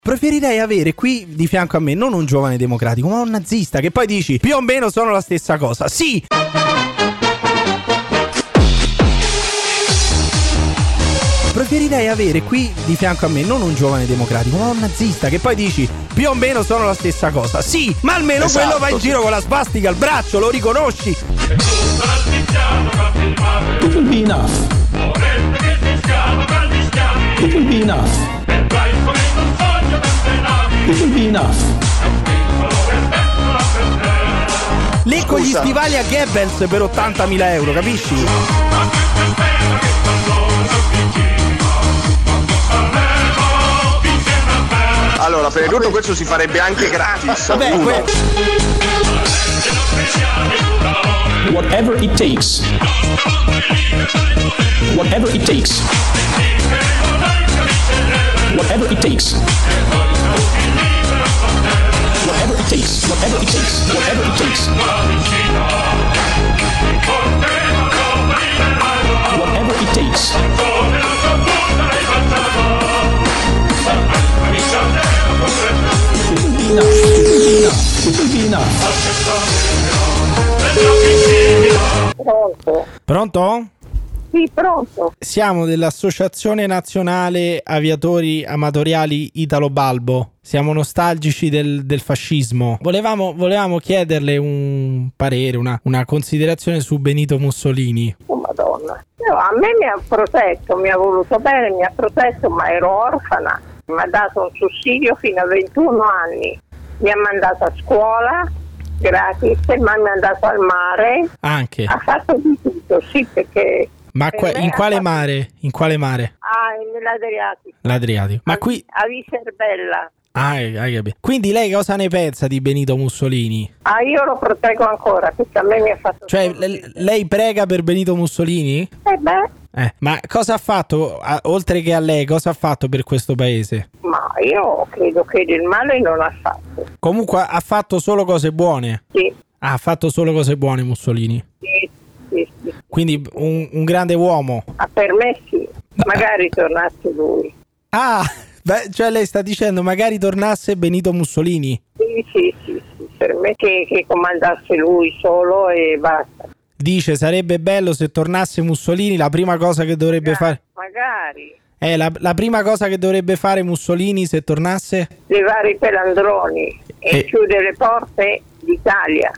Preferirei avere qui di fianco a me non un giovane democratico, ma un nazista, che poi dici più o meno sono la stessa cosa. Sì! Preferirei avere qui di fianco a me non un giovane democratico, ma un nazista, che poi dici più o meno sono la stessa cosa. Sì, ma almeno quello va in giro con la svastica al braccio, lo riconosci. It will be enough. It will be enough. It will be enough. Lì con gli stivali a Goebbels per 80.000 euro, capisci? Allora, per tutto questo si farebbe anche gratis. Vabbè, Whatever it takes. Whatever it takes. Whatever it takes. Whatever it takes. Whatever it takes. Whatever it takes. Whatever it takes. It will be enough. It will be enough. Pronto? Pronto? Sì, pronto. Siamo dell'Associazione Nazionale Aviatori Amatoriali Italo Balbo. Siamo nostalgici del fascismo. Volevamo chiederle un parere, una considerazione su Benito Mussolini. Oh Madonna. No, a me mi ha protetto, mi ha voluto bene, mi ha protetto, ma ero orfana. Mi ha dato un sussidio fino a 21 anni. Mi ha mandato a scuola gratis, mi ha mandato al mare. Anche. Ha fatto di tutto, sì, perché... Ma in quale mare? In quale mare? Ah, nell'Adriatico. L'Adriatico. Ma qui... A Vicerbella. hai capito. Quindi lei cosa ne pensa di Benito Mussolini? Ah, io lo proteggo ancora, perché a me mi ha fatto... Cioè, lei prega per Benito Mussolini? Ma cosa ha fatto, oltre che a lei, cosa ha fatto per questo paese? Ma io credo che del male non ha fatto. Comunque ha fatto solo cose buone? Sì. Ha fatto solo cose buone Mussolini? Sì. Quindi un grande uomo? Ah, per me sì. Magari tornasse lui. Ah, cioè lei sta dicendo magari tornasse Benito Mussolini? Sì. Per me che comandasse lui solo e basta. Dice sarebbe bello se tornasse Mussolini, la prima cosa che dovrebbe fare... Magari. La prima cosa che dovrebbe fare Mussolini se tornasse? Levare i pelandroni e chiudere le porte d'Italia.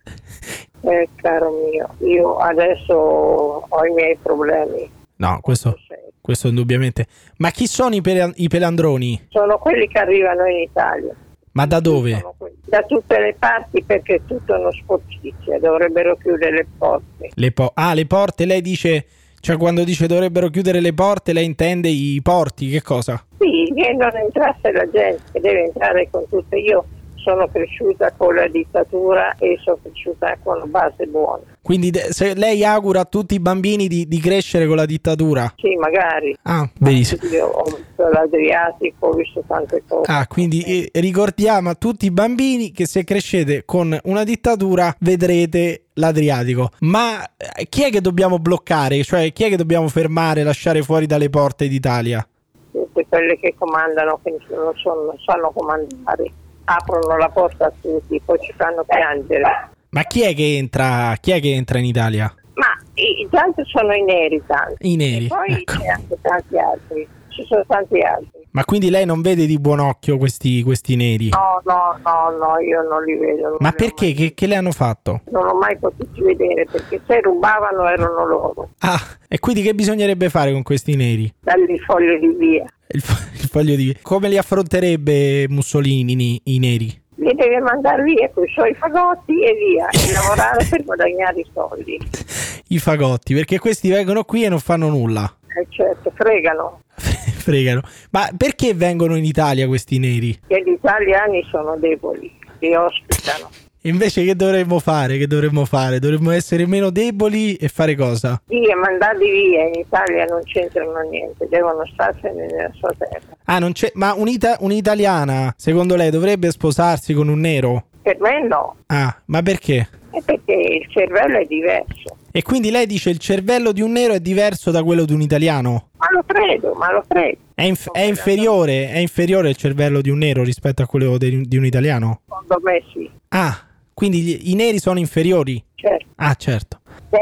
Caro mio, io adesso ho i miei problemi. No, questo indubbiamente. Ma chi sono i pelandroni? Sono quelli che arrivano in Italia. Ma da dove? Da tutte le parti, perché è tutto uno sporcizia, dovrebbero chiudere le porte. Le porte, lei dice, cioè quando dice dovrebbero chiudere le porte, lei intende i porti, che cosa? Sì, che non entrasse la gente, che deve entrare con tutte. Io sono cresciuta con la dittatura e sono cresciuta con base buona. Quindi se lei augura a tutti i bambini di crescere con la dittatura? Sì, magari. Ah, benissimo. Io ho visto l'Adriatico, ho visto tante cose. Ah, quindi ricordiamo a tutti i bambini che se crescete con una dittatura vedrete l'Adriatico. Ma chi è che dobbiamo bloccare? Cioè chi è che dobbiamo fermare, lasciare fuori dalle porte d'Italia? Tutte quelle che comandano, che non sanno comandare. Aprono la porta a tutti, poi ci fanno piangere. Ma chi è che entra in Italia? Ma intanto sono i neri tanti. I neri. E poi ecco. c'è anche tanti altri. Ci sono tanti altri. Ma quindi lei non vede di buon occhio questi neri? No, io non li vedo. Ma perché? Che le hanno fatto? Non l'ho mai potuti vedere, perché se rubavano erano loro. Ah, e quindi che bisognerebbe fare con questi neri? Dagli foglio di via. Il foglio di via. Come li affronterebbe Mussolini i neri? Li deve mandare via con i suoi fagotti e via, e lavorare per guadagnare i soldi. I fagotti, perché questi vengono qui e non fanno nulla. Certo, fregano. Ma perché vengono in Italia questi neri? Che gli italiani sono deboli, li ospitano. Invece che dovremmo fare? Dovremmo essere meno deboli e fare cosa? Via, mandarli via, in Italia non c'entrano niente, devono starsene nella sua terra. Ah, non c'è. Ma un'italiana, secondo lei, dovrebbe sposarsi con un nero? Per me no. Ah, ma perché? È perché il cervello è diverso. E quindi lei dice il cervello di un nero è diverso da quello di un italiano? Ma lo credo. È inferiore il cervello di un nero rispetto a quello di un italiano? Secondo me sì. Ah, quindi i neri sono inferiori? Certo. Ah, certo.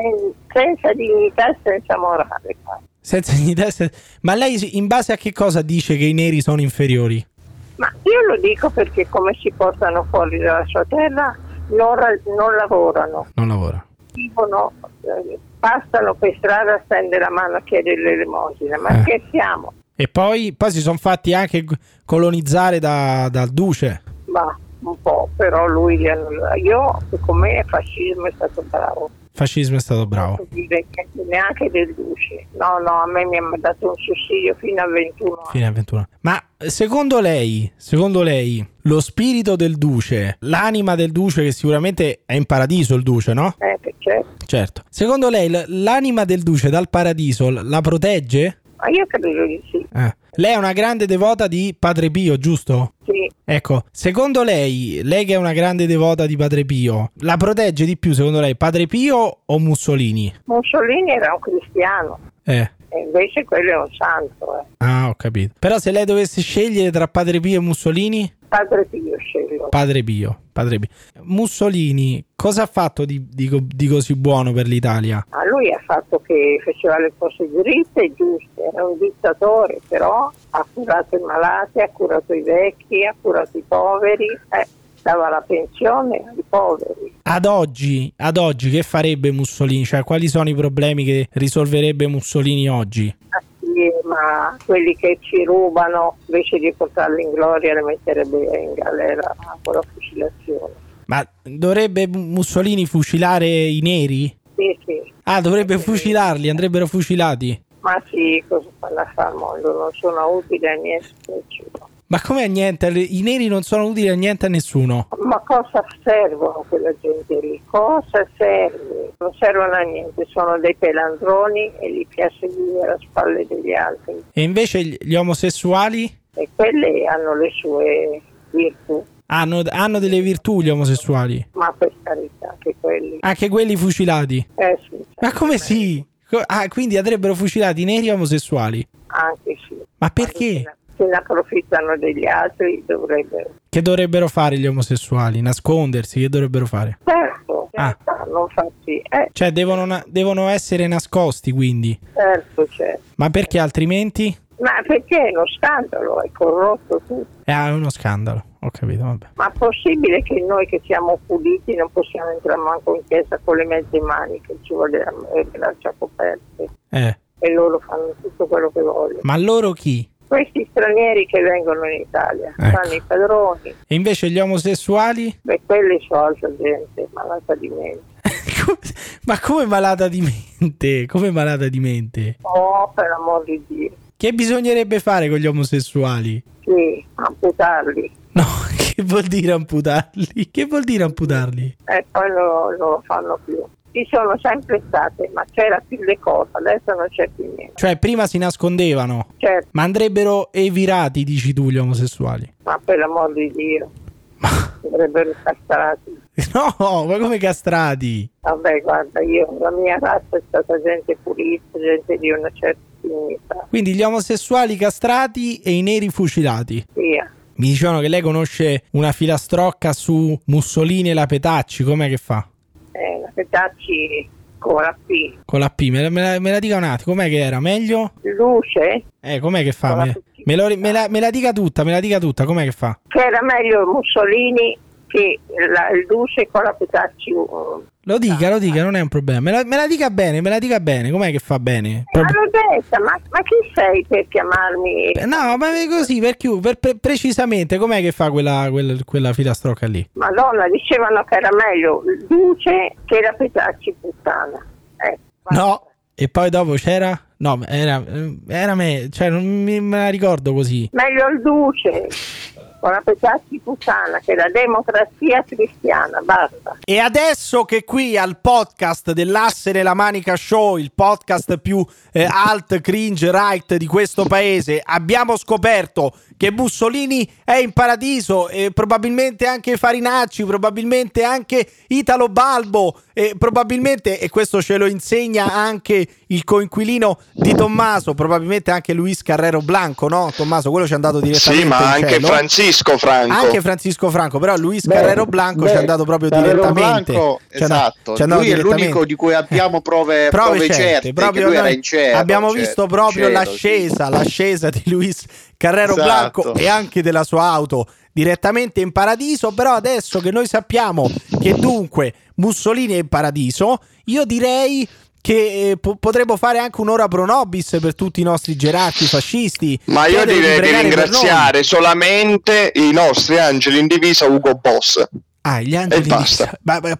Senza dignità e senza morale. Senza dignità. Ma lei in base a che cosa dice che i neri sono inferiori? Ma io lo dico perché come si portano fuori dalla sua terra non lavorano. Non lavora. Vivono, passano per strada a stendere la mano a chiedere l'elemosina. Ma scherziamo? E poi si sono fatti anche colonizzare dal duce. Ma un po', però lui io secondo me il fascismo è stato bravo. Fascismo è stato bravo. Neanche del duce. No, a me mi ha dato un sussidio fino a 21 anni. Fino a 21. Ma secondo lei, lo spirito del duce, l'anima del duce, che sicuramente è in paradiso il duce, no? Certo. Secondo lei l'anima del duce dal paradiso la protegge? Ma io credo di sì. Lei è una grande devota di Padre Pio, giusto? Sì. Ecco, secondo lei che è una grande devota di Padre Pio, la protegge di più secondo lei Padre Pio o Mussolini? Mussolini era un cristiano. E invece quello è un santo. Ah, ho capito. Però se lei dovesse scegliere tra Padre Pio e Mussolini? Padre Pio scelgo. Padre Pio. Mussolini cosa ha fatto di così buono per l'Italia? Ma lui ha fatto che faceva le cose dritte e giuste, era un dittatore, però ha curato i malati, ha curato i vecchi, ha curato i poveri, dava la pensione ai poveri. Ad oggi che farebbe Mussolini? Cioè, quali sono i problemi che risolverebbe Mussolini oggi? Ma quelli che ci rubano, invece di portarli in gloria, li metterebbe in galera con la fucilazione. Ma dovrebbe Mussolini fucilare i neri? Sì. Ah, dovrebbe fucilarli, andrebbero fucilati. Ma sì, cosa fanno a fare al mondo? Non sono utili a niente. Ma come a niente? I neri non sono utili a niente a nessuno. Ma cosa servono quella gente lì? Cosa serve? Non servono a niente, sono dei pelandroni e gli piace vivere a spalle degli altri. E invece gli omosessuali? E quelle hanno le sue virtù. Hanno delle virtù gli omosessuali? Ma per carità, anche quelli. Anche quelli fucilati? Sì. Ma come sì? Quindi andrebbero fucilati i neri omosessuali? Anche sì. Ma perché? Se ne approfittano degli altri dovrebbero. Che dovrebbero fare gli omosessuali? Nascondersi? Che dovrebbero fare? Certo, non farsi. Cioè devono essere nascosti, quindi? Certo. Ma perché altrimenti? Ma perché è uno scandalo, è corrotto tutto. È uno scandalo, ho capito, vabbè. Ma è possibile che noi che siamo puliti non possiamo entrare manco in chiesa con le mezze maniche, ci vuole le braccia coperte. E loro fanno tutto quello che vogliono. Ma loro chi? Questi stranieri che vengono in Italia, fanno i padroni. E invece gli omosessuali? Quelli sono altra gente, malata di mente. Ma come malata di mente? Come malata di mente? Oh, per l'amor di Dio. Che bisognerebbe fare con gli omosessuali? Sì, amputarli. No, che vuol dire amputarli? Che vuol dire amputarli? E poi non lo fanno più. Ci sono sempre state, ma c'era più le cose, adesso non c'è più niente. Cioè prima si nascondevano? Certo. Ma andrebbero evirati, dici tu, gli omosessuali? Ma per l'amor di Dio. Andrebbero castrati. No, ma come castrati? Vabbè, guarda, la mia razza è stata gente pulita, gente di una certa dignità. Quindi gli omosessuali castrati e i neri fucilati? Via. Mi dicevano che lei conosce una filastrocca su Mussolini e la Petacci, com'è che fa? La Petacci con la P. Con la P, me la dica un attimo, com'è che era? Meglio? Luce? Com'è che fa? Me la dica tutta, com'è che fa? Che era meglio Mussolini che il Duce con la Petacci. Lo dica, non è un problema. Me la dica bene, com'è che fa bene? Ma l'ho detta, ma chi sei per chiamarmi? No, ma così, precisamente, com'è che fa quella filastrocca lì? Madonna, dicevano che era meglio il Duce che la Petacci puttana. No, e poi dopo c'era? No, era me, cioè non me la ricordo così. Meglio il Duce con la Petacci puttana che la democrazia cristiana, basta. E adesso che qui al podcast dell'Asse nella Manica Show, il podcast più alt, cringe, right di questo paese, abbiamo scoperto che Mussolini è in paradiso, e probabilmente anche Farinacci, probabilmente anche Italo Balbo, e probabilmente, e questo ce lo insegna anche il coinquilino di Tommaso, probabilmente anche Luis Carrero Blanco, no? Tommaso, quello ci è andato direttamente Sì, ma in anche cielo. Francisco Franco. Anche Francisco Franco, però Luis Carrero Blanco ci è andato proprio Carrero direttamente. Blanco, Ci è andato- esatto. ci è andato Lui è direttamente. l'unico di cui abbiamo prove certe, proprio che lui era noi in cielo. abbiamo cioè, visto in proprio cielo, l'ascesa di Luis Carrero Esatto. Blanco e anche della sua auto direttamente in paradiso. Però adesso che noi sappiamo che dunque Mussolini è in paradiso, io direi che potremmo fare anche un'ora pro nobis per tutti i nostri gerarchi fascisti. Ma io Chiedere direi di pregare per ringraziare solamente i nostri angeli in divisa Ugo Boss. noi. Gli angeli E basta.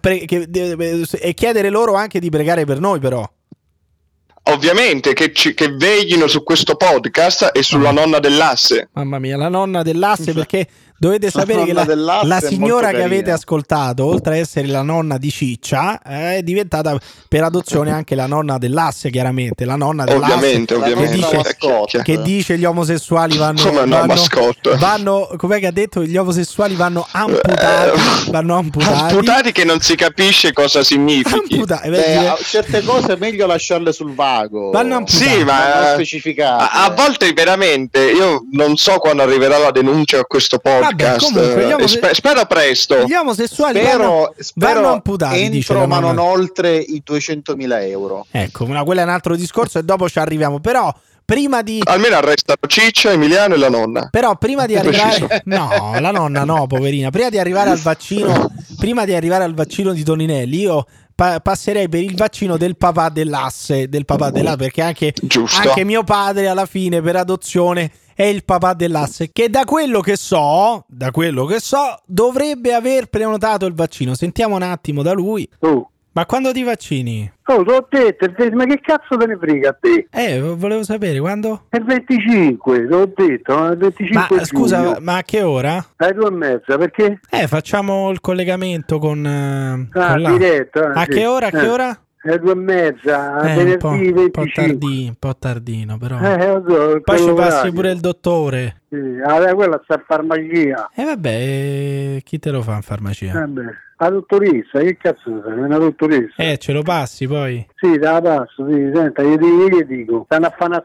e chiedere loro anche di pregare per noi, però. Ovviamente che veglino su questo podcast e sulla nonna dell'asse. Mamma mia, la nonna dell'asse, perché dovete sapere che nonna dell'asse la è signora molto che avete carina. ascoltato, oltre a essere la nonna di Ciccia, è diventata per adozione anche la nonna dell'asse, chiaramente. La nonna dell'asse Ovviamente, ovviamente. che dice gli omosessuali vanno... Come no, mascotte. com'è che ha detto? Gli omosessuali vanno amputati. Vanno amputati. Amputati che non si capisce cosa significhi. Amputati. Certe cose è meglio lasciarle sul vago. Vanno amputati. Sì, ma non specificate. a volte veramente io non so quando arriverà la denuncia a questo podcast. comunque, gli spero presto. Gli omosessuali Spero vanno amputati, dice la entro, ma nonna. non oltre i 200.000 euro. Ecco, quello è un altro discorso e dopo ci arriviamo. Però prima di Almeno arrestano Ciccia, Emiliano e la nonna. arrivare Preciso. no, la nonna no, poverina. Prima di arrivare al vaccino di Toninelli, io passerei per il vaccino del papà dell'asse, perché Giusto. anche mio padre alla fine per adozione è il papà dell'asse, che da quello che so dovrebbe aver prenotato il vaccino. Sentiamo un attimo da lui. Ma quando ti vaccini? Oh, t'ho detto, ma che cazzo te ne frega a te? Volevo sapere quando. È il 25, t'ho detto, il 25 Ma scusa, giugno. ma a che ora? Alle 2:30, perché? Facciamo il collegamento con diretto. A che ora? Alle 2:30, venerdì un 25. po' tardino, però. Lo so, Poi ci quello passi orario. pure il dottore. Sì, quella sta in farmacia. Vabbè, chi te lo fa in farmacia? Vabbè, la dottoressa, che cazzo sei? Una dottoressa? Ce lo passi poi? Sì, te la passo, sì, senta, io che dico, stanno a fare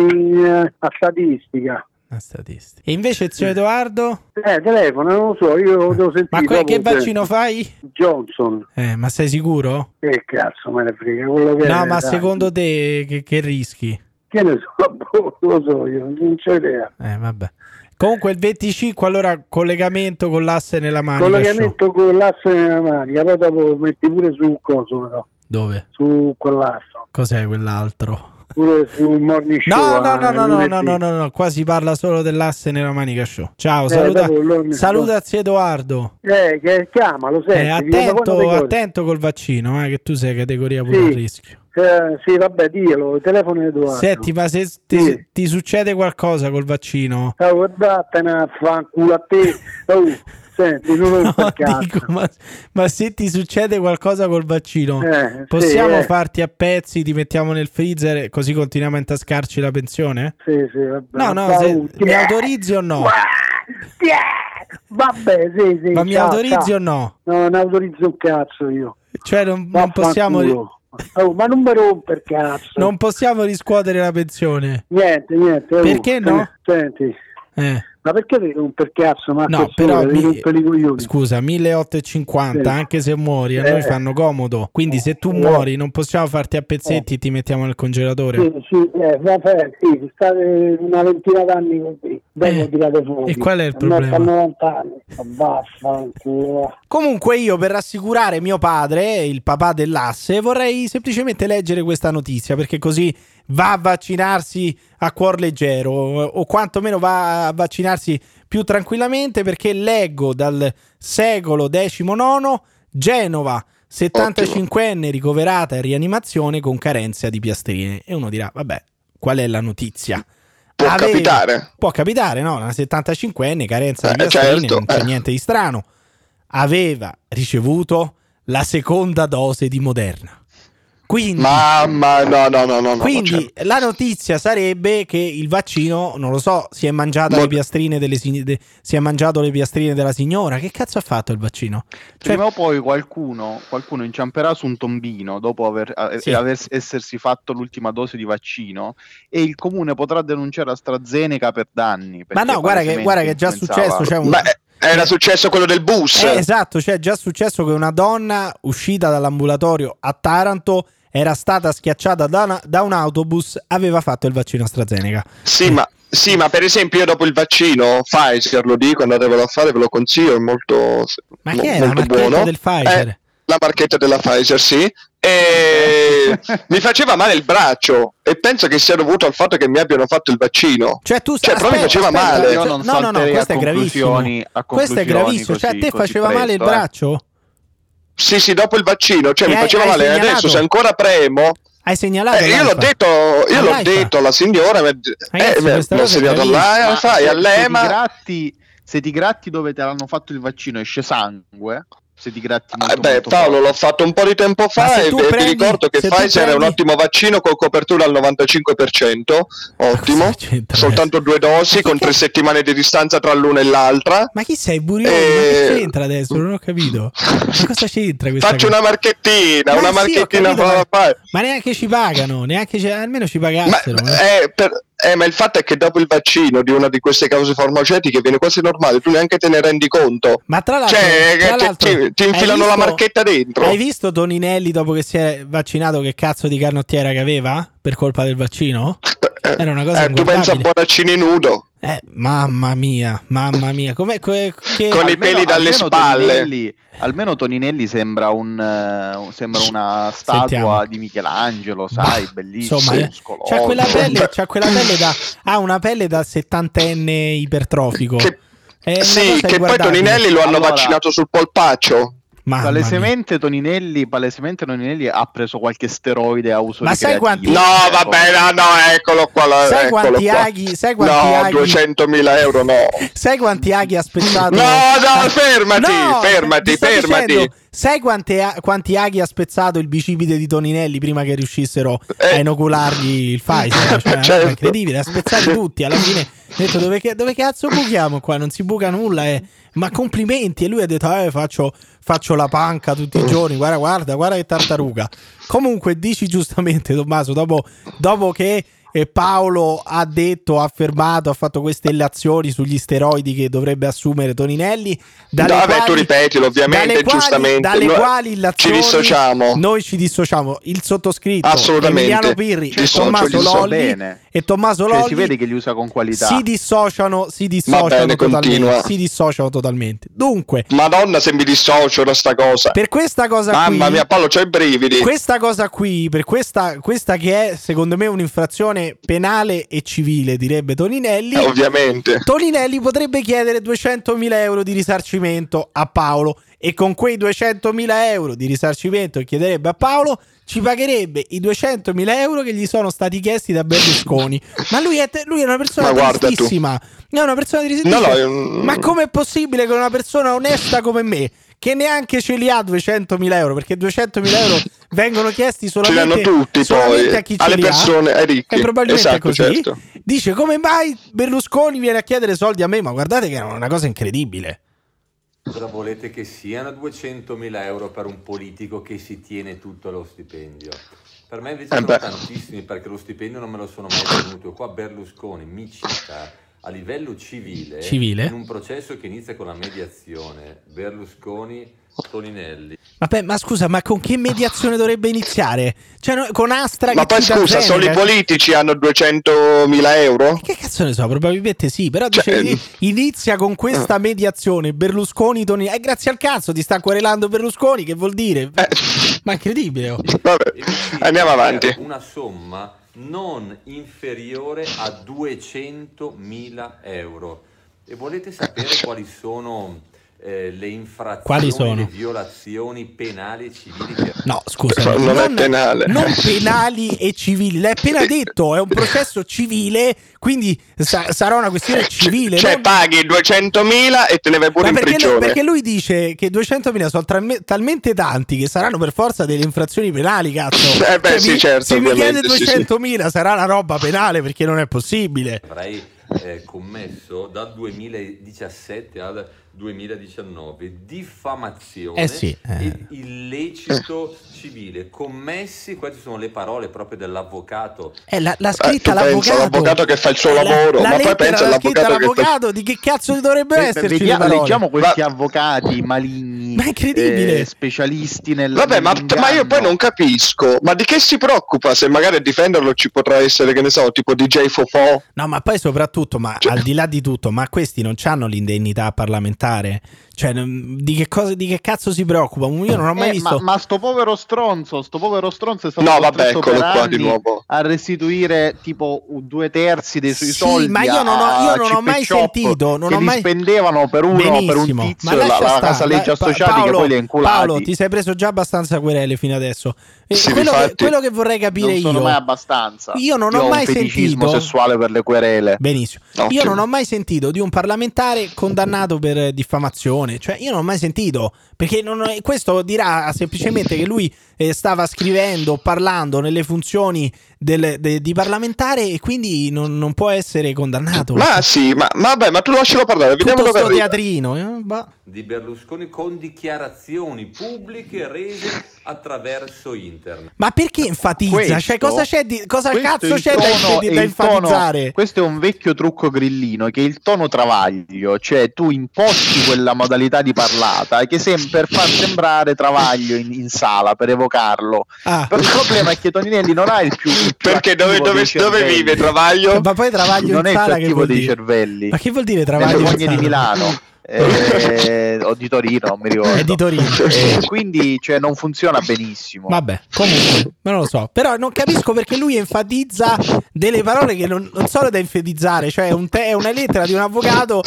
a statistica. Una statistica. E invece zio Edoardo? Telefono, non lo so, io devo sentire. Ma che vaccino fai? Johnson. Ma sei sicuro? Che cazzo me ne frega, quello che No, è, ma dai. secondo te che rischi? Che ne so, lo so io, non c'ho idea. Vabbè. Comunque il 25, allora collegamento con l'asse nella manica. Collegamento con l'asse nella manica, poi dopo metti pure su coso, però. Dove? Su quell'asso. Cos'è quell'altro? Pure su Morning Show. No, qua si parla solo dell'asse nella manica show. Ciao, dopo saluta zio Edoardo. Che chiama, lo senti. Attento col vaccino, che tu sei categoria pure a rischio. Sì, vabbè, dillo, telefono Edoardo. Senti, ma se ti succede qualcosa col vaccino? Vattene a fanculo a te. Senti, non lo dico, ma se ti succede qualcosa col vaccino, possiamo farti a pezzi, ti mettiamo nel freezer così continuiamo a intascarci la pensione? Sì, vabbè. No, mi autorizzi o no? Vabbè, sì. Ma mi autorizzi o no? No, non autorizzo un cazzo io. Cioè non possiamo... ma non mi romper cazzo. Non possiamo riscuotere la pensione. Niente. Perché no? Senti. Ma perché devi romper cazzo? Ma no, però scusa, 1.850, sì. Anche se muori a noi fanno comodo. Quindi se tu muori non possiamo farti a pezzetti e ti mettiamo nel congelatore. Sì, state una ventina d'anni così. Dopo tirate fuori. E qual è il problema? 90 anni. Vaffanculo. Comunque io, per rassicurare mio padre, il papà dell'asse, vorrei semplicemente leggere questa notizia, perché così va a vaccinarsi a cuor leggero, o quantomeno va a vaccinarsi più tranquillamente, perché leggo dal secolo XIX: Genova, 75enne ricoverata in rianimazione con carenza di piastrine. E uno dirà, vabbè, qual è la notizia? Può capitare, no? Una 75enne, carenza di piastrine, certo, non c'è niente di strano. Aveva ricevuto la seconda dose di Moderna. Quindi, mamma, no. Quindi la notizia sarebbe che il vaccino, non lo so, si è mangiato le piastrine si è mangiato le piastrine della signora. Che cazzo ha fatto il vaccino? Prima o poi qualcuno inciamperà su un tombino dopo essersi fatto l'ultima dose di vaccino, e il comune potrà denunciare AstraZeneca per danni. Ma no, guarda che è già successo. Era successo quello del bus. Esatto, cioè è già successo che una donna uscita dall'ambulatorio a Taranto era stata schiacciata da un autobus, aveva fatto il vaccino AstraZeneca. Sì, ma per esempio io dopo il vaccino Pfizer, lo dico, andatevelo a fare, ve lo consiglio, è molto, ma che è molto buono. Del Pfizer? La marchetta della Pfizer, sì. E mi faceva male il braccio e penso che sia dovuto al fatto che mi abbiano fatto il vaccino. Però mi faceva male. Io non questo è gravissimo. Questo è gravissimo. Cioè, a te faceva male il braccio? Sì, dopo il vaccino, cioè mi faceva male. E adesso se ancora premo. Hai segnalato? Io l'ho detto alla signora, mi ha segnato all'AIFA e all'EMA. Se ti gratti dove te l'hanno fatto il vaccino esce sangue. Se ti gratti Paolo, l'ho fatto un po' di tempo fa e ti ricordo che Pfizer è un ottimo vaccino con copertura al 95%, ottimo, soltanto 2 dosi con 3 settimane di distanza tra l'una e l'altra. Ma chi sei, Burioni? Ma che c'entra adesso? Non ho capito. Ma cosa c'entra questa Faccio cosa? Una marchettina, ma neanche ci pagano, almeno ci pagassero. Ma il fatto è che dopo il vaccino di una di queste cause farmaceutiche viene quasi normale, tu neanche te ne rendi conto. Ma tra l'altro, ti infilano la marchetta dentro. Hai visto Toninelli dopo che si è vaccinato che cazzo di canottiera che aveva per colpa del vaccino? Era una cosa tu pensa a Bonaccini nudo. Mamma mia. Con i peli dalle spalle. Almeno Toninelli sembra una statua di Michelangelo, sai, bellissimo. Insomma, c'ha quella pelle una pelle da 70enne ipertrofico. Che poi Toninelli lo hanno vaccinato sul polpaccio. Palesemente Toninelli ha preso qualche steroide a uso ricreativo. No, vabbè, no, eccolo qua. Sai quanti aghi? No, 200.000 euro no. Sai quanti aghi ha spezzato? No, fermati. Sai quanti aghi ha spezzato il bicipite di Toninelli prima che riuscissero a inoculargli il Pfizer? Certo. È incredibile, ha spezzati tutti. Alla fine ha detto dove cazzo buchiamo qua? Non si buca nulla, ma complimenti. E lui ha detto faccio la panca tutti i giorni, guarda che tartaruga. Comunque dici giustamente, Tommaso, dopo che Paolo ha affermato, ha fatto queste illazioni sugli steroidi che dovrebbe assumere Toninelli, tu ripetilo ovviamente, giustamente, dalle quali illazioni ci dissociamo. Noi ci dissociamo, il sottoscritto, assolutamente, Emiliano Pirri e Tommaso Lolli si vede che li usa con qualità. Si dissociano totalmente. Dunque, Madonna, se mi dissocio da sta cosa. Per questa cosa mamma mia, Paolo, c'ho i brividi. Questa cosa qui, per questa che è secondo me un'infrazione penale e civile, direbbe Toninelli. Ovviamente. Toninelli potrebbe chiedere 200.000 euro di risarcimento a Paolo, e con quei 200.000 euro di risarcimento che chiederebbe a Paolo ci pagherebbe i 200.000 euro che gli sono stati chiesti da Berlusconi. Ma lui è una persona tristissima. È una persona tristissima. Ma com'è possibile che una persona onesta come me, che neanche ce li ha 200.000 euro, perché 200.000 euro vengono chiesti solamente a chi ce li persone, ai ricchi. E probabilmente è così. Certo. Dice: come mai Berlusconi viene a chiedere soldi a me? Ma guardate che è una cosa incredibile. Cosa volete che siano 200.000 euro per un politico che si tiene tutto lo stipendio? Per me invece sono tantissimi, perché lo stipendio non me lo sono mai tenuto. Qua Berlusconi mi cita a livello civile in un processo che inizia con la mediazione. Berlusconi, Toninelli. Ma scusa, ma con che mediazione dovrebbe iniziare? Cioè, con Astra? Ma poi scusa, solo i politici hanno 200.000 euro? Che cazzo ne so, probabilmente sì. Però dice, inizia con questa mediazione Berlusconi, Toninelli. E grazie al cazzo ti sta querelando Berlusconi, che vuol dire? Ma incredibile. Vabbè, andiamo avanti. Una somma non inferiore a 200.000 euro. E volete sapere quali sono le infrazioni, quali sono? le violazioni penali e civili che... No, scusa, non è penale. Non penali e civili, l'hai appena detto, è un processo civile, quindi sarà una questione civile. Cioè non... paghi 200.000 e te ne vai pure in prigione. Perché lui dice che 200.000 sono talmente tanti che saranno per forza delle infrazioni penali, cazzo. Sì, certo. Se mi chiede 200.000 sì. sarà una roba penale, perché non è possibile. Avrei commesso dal 2017 al 2019 diffamazione ed illecito civile commessi. Queste sono le parole proprio dell'avvocato. L'ha scritta l'avvocato che fa il suo lavoro, ma poi pensa all'avvocato di che cazzo dovrebbe esserci. Leggiamo questi avvocati maligni, ma è incredibile, specialisti nel vabbè, ma io poi non capisco, ma di che si preoccupa se magari a difenderlo ci potrà essere, che ne so, tipo DJ Fofò. No, ma poi soprattutto, al di là di tutto, ma questi non c'hanno l'indennità parlamentare. Cioè, di che cazzo si preoccupa? Io non ho mai visto. Ma sto povero stronzo è stato costretto per anni di nuovo a restituire tipo 2/3 dei suoi soldi. Ma io non ho mai sentito. Li spendevano per un tizio la casa legge associati, che poi li ha inculati. Paolo, ti sei preso già abbastanza querele fino adesso. Sì, quello che vorrei capire non sono mai abbastanza. Io non ho mai sentito sessuale per le querele. Benissimo. Io non ho mai sentito di un parlamentare condannato per diffamazione. Cioè, io non ho mai sentito, perché questo dirà semplicemente che lui stava scrivendo, parlando nelle funzioni di parlamentare e quindi non può essere condannato. Ma sì, ma vabbè, ma tu lascialo parlare. Vediamo tutto dove sto teatrino di Berlusconi con dichiarazioni pubbliche rese attraverso internet. Ma perché enfatizza? Cosa cazzo c'è da enfatizzare? Questo è un vecchio trucco grillino, che è il tono travaglio, cioè tu imposti quella modalità di parlata che per far sembrare Travaglio in sala, per evocarlo. Però il problema è che Toninelli non ha il più perché dove vive Travaglio? Ma poi Travaglio non in sala, è il più attivo dei cervelli. Ma che vuol dire Travaglio? Nelle Fogne di Milano. O di Torino, non mi ricordo. È di Torino. Quindi non funziona benissimo. Vabbè, comunque non lo so. Però non capisco perché lui enfatizza delle parole che non sono da enfatizzare. Cioè è una lettera di un avvocato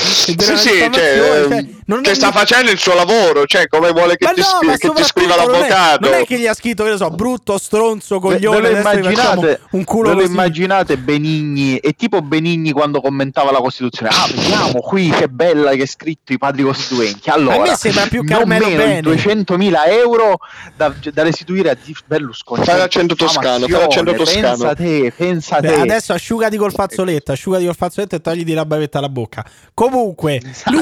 che sta facendo il suo lavoro. Cioè, come vuole che ti scriva l'avvocato. Non è che gli ha scritto, che ne so, brutto, stronzo, coglione. Un culo lo immaginate Benigni? È tipo Benigni quando commentava la Costituzione. Vediamo qui che bella che è scritto i padri costituenti. Allora, a me sembra più Carmelo Bene. 200.000 euro da restituire a Berlusconi. Fai l'accento toscano. Pensa te. Adesso asciugati col fazzoletto e togliti la bavetta alla bocca. Comunque, esatto.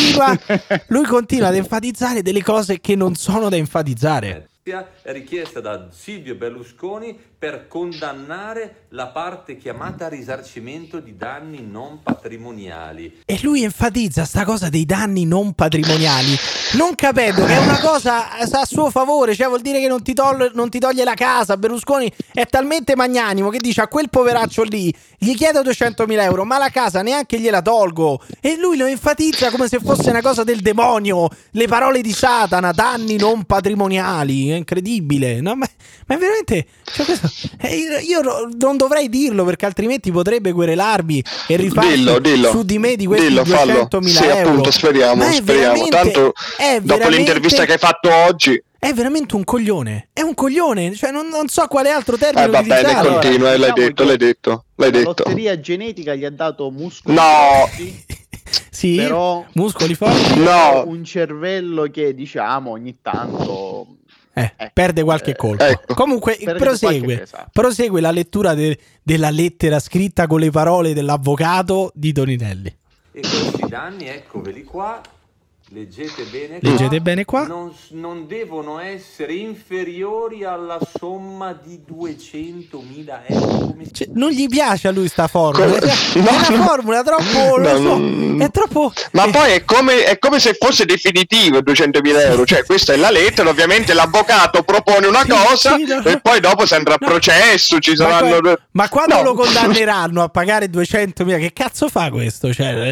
lui continua ad enfatizzare delle cose che non sono da enfatizzare. È richiesta da Silvio Berlusconi per condannare la parte chiamata risarcimento di danni non patrimoniali. E lui enfatizza sta cosa dei danni non patrimoniali, non capendo che è una cosa a suo favore, cioè vuol dire che non ti toglie la casa. Berlusconi è talmente magnanimo che dice a quel poveraccio lì gli chiedo 200.000 euro, ma la casa neanche gliela tolgo, e lui lo enfatizza come se fosse una cosa del demonio, le parole di Satana, danni non patrimoniali. È incredibile, no? Ma è veramente, cioè, questo, io non dovrei dirlo, perché altrimenti potrebbe querelarmi e rifarsi su di me di questi 200.000 sì, euro. Appunto, speriamo. Tanto dopo l'intervista che hai fatto oggi è veramente un coglione. È un coglione, cioè non so quale altro termine utilizzare. Va bene, continua, l'hai detto. La lotteria genetica gli ha dato muscoli. No. Sì, però muscoli forti. No. Un cervello che ogni tanto perde qualche colpo. Ecco. Comunque prosegue la lettura della lettera scritta con le parole dell'avvocato di Toninelli. E questi danni, eccoveli qua. Leggete bene qua. Non devono essere inferiori alla somma di 200.000 euro. Non gli piace a lui sta formula. È una formula troppo. È troppo. Ma poi è come se fosse definitivo 200.000 euro. Cioè, questa è la lettera. Ovviamente l'avvocato propone una cosa e poi dopo si andrà a processo. Ci saranno. Ma quando lo condanneranno a pagare 200.000, che cazzo fa questo? Cioè,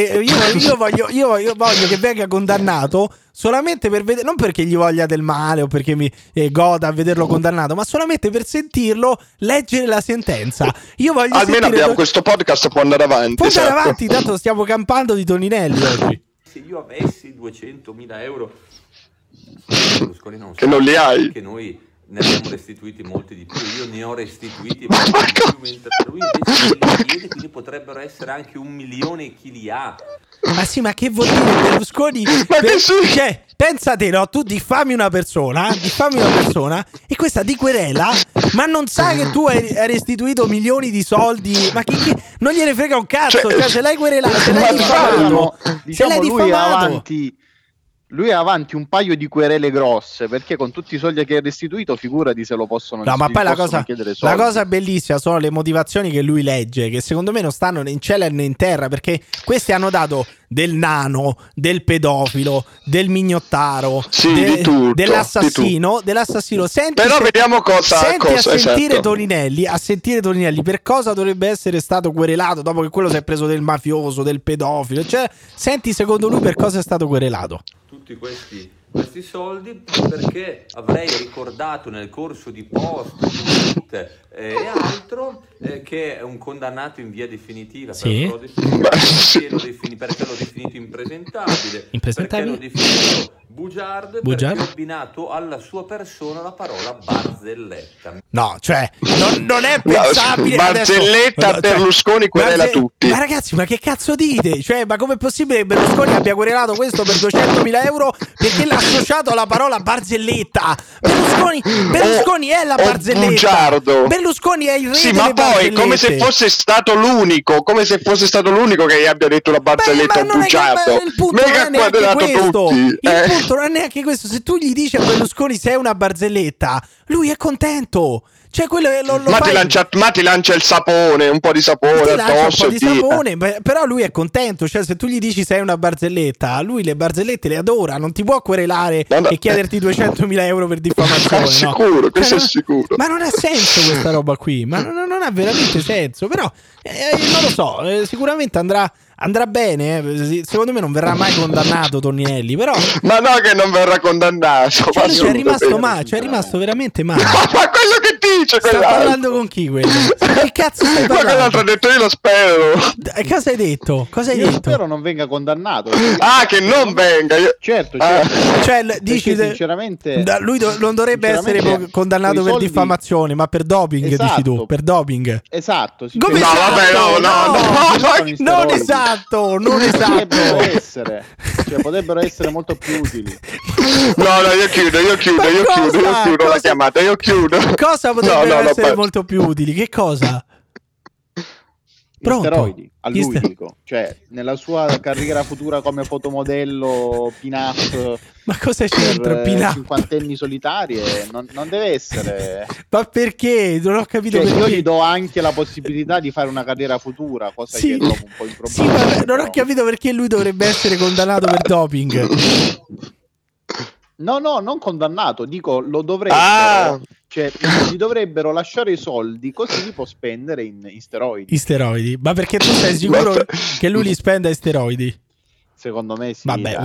io voglio che venga condannato solamente per vedere, non perché gli voglia del male o perché mi goda a vederlo condannato, ma solamente per sentirlo leggere la sentenza. Io voglio almeno abbiamo questo podcast, può andare avanti. Tanto stiamo campando di Toninelli oggi. se io avessi 200.000 euro, Berlusconi non che non li hai, che noi ne abbiamo restituiti molti di più, io ne ho restituiti molti di più, mentre lui invece li chiede, quindi potrebbero essere anche 1 milione chi li ha. Ma sì, ma che vuol dire Berlusconi? Cioè, pensate, no, tu diffami una persona e questa ti querela, ma non sa che tu hai restituito milioni di soldi, ma chi non gliene frega un cazzo, cioè se l'hai querelato, se l'hai diffamato, diciamo, lui ha avanti un paio di querele grosse, perché con tutti i soldi che ha restituito, figurati se lo possono. No, ma poi la cosa bellissima sono le motivazioni che lui legge, che secondo me non stanno né in cielo né in terra, perché questi hanno dato del nano, del pedofilo, del mignottaro, di tutto, dell'assassino. Senti, però vediamo cosa a sentire esatto. A sentire Toninelli per cosa dovrebbe essere stato querelato dopo che quello si è preso del mafioso, del pedofilo, cioè senti secondo lui per cosa è stato querelato. Tutti questi soldi perché avrei ricordato nel corso di post, tweet e altro che è un condannato in via definitiva, sì. perché l'ho definito impresentabile, perché l'ho definito bugiardo, perché ho abbinato alla sua persona la parola barzelletta. No, cioè non è pensabile. Barzelletta adesso, Berlusconi querela tutti. Ma ragazzi, ma che cazzo dite? Cioè, ma com'è possibile che Berlusconi abbia querelato questo per 200.000 euro perché l'ha associato alla parola barzelletta? Berlusconi è la barzelletta. Bugiardo. Berlusconi è il re sì, delle ma poi come se fosse stato l'unico che gli abbia detto la barzelletta a bugiardo. Il punto non è neanche questo. Il punto non è neanche questo. Se tu gli dici a Berlusconi sei una barzelletta, lui è contento. Cioè quello ti lancia il sapone, un po' di sapone addosso, però lui è contento. Cioè se tu gli dici sei una barzelletta, lui le barzellette le adora, non ti può querelare e chiederti 200.000 euro per diffamazione. Sicuro, questo è sicuro. Ma non ha senso questa roba qui, ma non ha veramente senso. Però non lo so, sicuramente andrà bene, secondo me non verrà mai condannato Toninelli, però ma no che non verrà condannato, è rimasto veramente male. Ma quello che dice sta parlando con chi quello? Che cazzo stai parlando? Ma quell'altro ha detto io lo spero. Cosa hai detto? Io spero non venga condannato. Che non venga. Certo. Cioè dici sinceramente lui non dovrebbe essere condannato per diffamazione, ma per doping, esatto. Dici tu, per doping. Esatto. Come no, vabbè, no. Non esatto. Potrebbero essere molto più utili. No, io chiudo la chiamata, io chiudo. Cosa potrebbero essere molto più utili? Che cosa? Pronto? Steroidi, a lui dico. Cioè, nella sua carriera futura come fotomodello pin-up. Ma cosa c'entra pin-up? Cinquantenni solitarie, non deve essere. Ma perché? Non ho capito perché. Io gli do anche la possibilità di fare una carriera futura, cosa che trovo un po' improbabile. Sì, ma non ho capito perché lui dovrebbe essere condannato per doping. No, non condannato, dico lo dovrebbero, cioè gli dovrebbero lasciare i soldi così li può spendere in steroidi. Ma perché tu sei sicuro che lui li spenda in steroidi? Secondo me sì. Vabbè,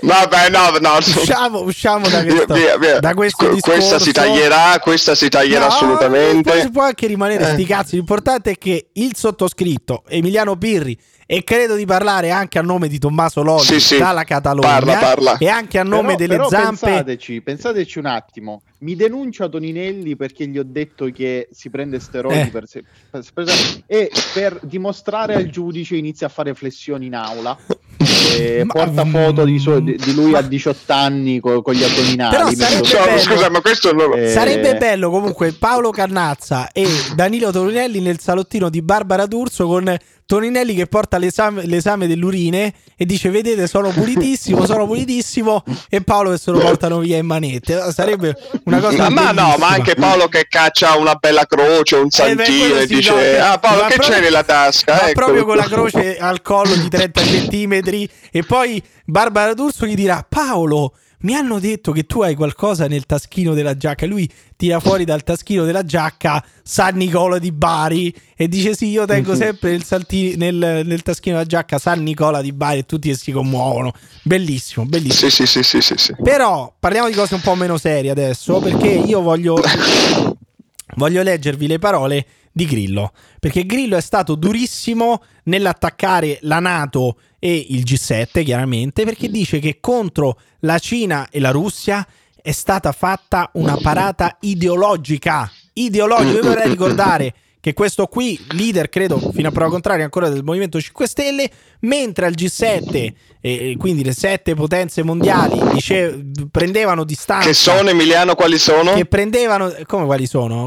no. Usciamo da questo discorso. Questa si taglierà assolutamente. Poi si può anche rimanere sti cazzi. L'importante è che il sottoscritto Emiliano Pirri, e credo di parlare anche a nome di Tommaso Lolli dalla Catalogna, parla. E anche a nome delle zampe. Pensateci un attimo. Mi denuncia Toninelli perché gli ho detto che si prende steroidi e per dimostrare al giudice inizia a fare flessioni in aula. Porta foto di lui a 18 anni con gli addominali. Sarebbe bello comunque Paolo Cannazza e Danilo Toninelli nel salottino di Barbara D'Urso con Toninelli che porta l'esame dell'urine e dice vedete sono pulitissimo, e Paolo che se lo portano via in manette. Sarebbe una cosa ma anche Paolo che caccia una bella croce, un santino e dice Paolo che c'è nella tasca, proprio con la croce al collo di 30 centimetri. E poi Barbara D'Urso gli dirà Paolo, mi hanno detto che tu hai qualcosa nel taschino della giacca. Lui tira fuori dal taschino della giacca San Nicola di Bari e dice sì, io tengo sempre nel taschino della giacca San Nicola di Bari, e tutti si commuovono. Bellissimo. Sì. Però parliamo di cose un po' meno serie adesso, perché io voglio leggervi le parole di Grillo, perché Grillo è stato durissimo nell'attaccare la NATO e il G7 chiaramente, perché dice che contro la Cina e la Russia è stata fatta una parata ideologica. Io vorrei ricordare che questo qui, leader credo fino a prova contraria ancora del Movimento 5 Stelle, mentre al G7, quindi le 7 potenze mondiali, prendevano distanza. Che sono, Emiliano, quali sono? Che prendevano, come quali sono?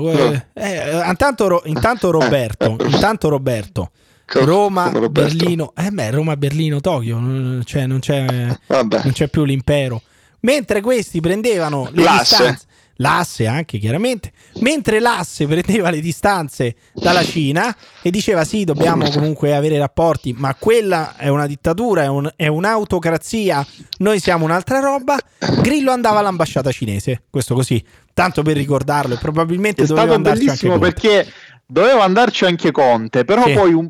Intanto Roberto. Roma, Berlino, Roma, Berlino, Tokyo, non c'è più l'impero. Mentre questi prendevano le distanze, l'asse anche chiaramente, mentre l'asse prendeva le distanze dalla Cina e diceva sì, dobbiamo comunque avere rapporti, ma quella è una dittatura, è un'autocrazia, noi siamo un'altra roba. Grillo andava all'ambasciata cinese, questo così, tanto per ricordarlo, e probabilmente doveva andarci anche Conte. Perché doveva andarci anche Conte, però sì. Poi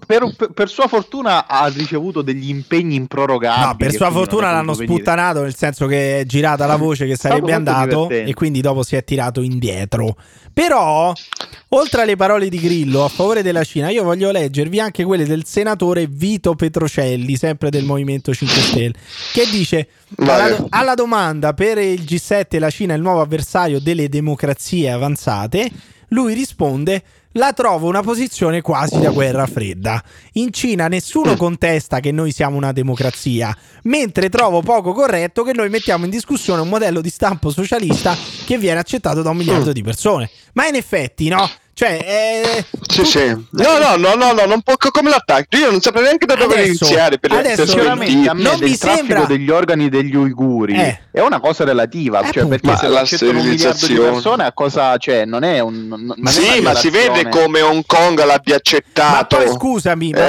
per sua fortuna ha ricevuto degli impegni improrogabili. No, per sua fortuna l'hanno sputtanato, nel senso che è girata la voce che sarebbe andato e quindi dopo si è tirato indietro. Però, oltre alle parole di Grillo a favore della Cina, io voglio leggervi anche quelle del senatore Vito Petrocelli, sempre del Movimento 5 Stelle, che dice: alla domanda per il G7 la Cina è il nuovo avversario delle democrazie avanzate, lui risponde: la trovo una posizione quasi da guerra fredda. In Cina nessuno contesta che noi siamo una democrazia, mentre trovo poco corretto che noi mettiamo in discussione un modello di stampo socialista che viene accettato da 1 miliardo di persone. Ma in effetti, no? Cioè, sì. No, non può, come l'attacco. Io non saprei neanche da dove iniziare. Sicuramente a me non del traffico degli organi degli uiguri è una cosa relativa, cioè, perché se l'accettano 1 miliardo di persone, a cosa, cioè, non è un. Ma si vede come Hong Kong l'abbia accettato. Ma poi scusami, ma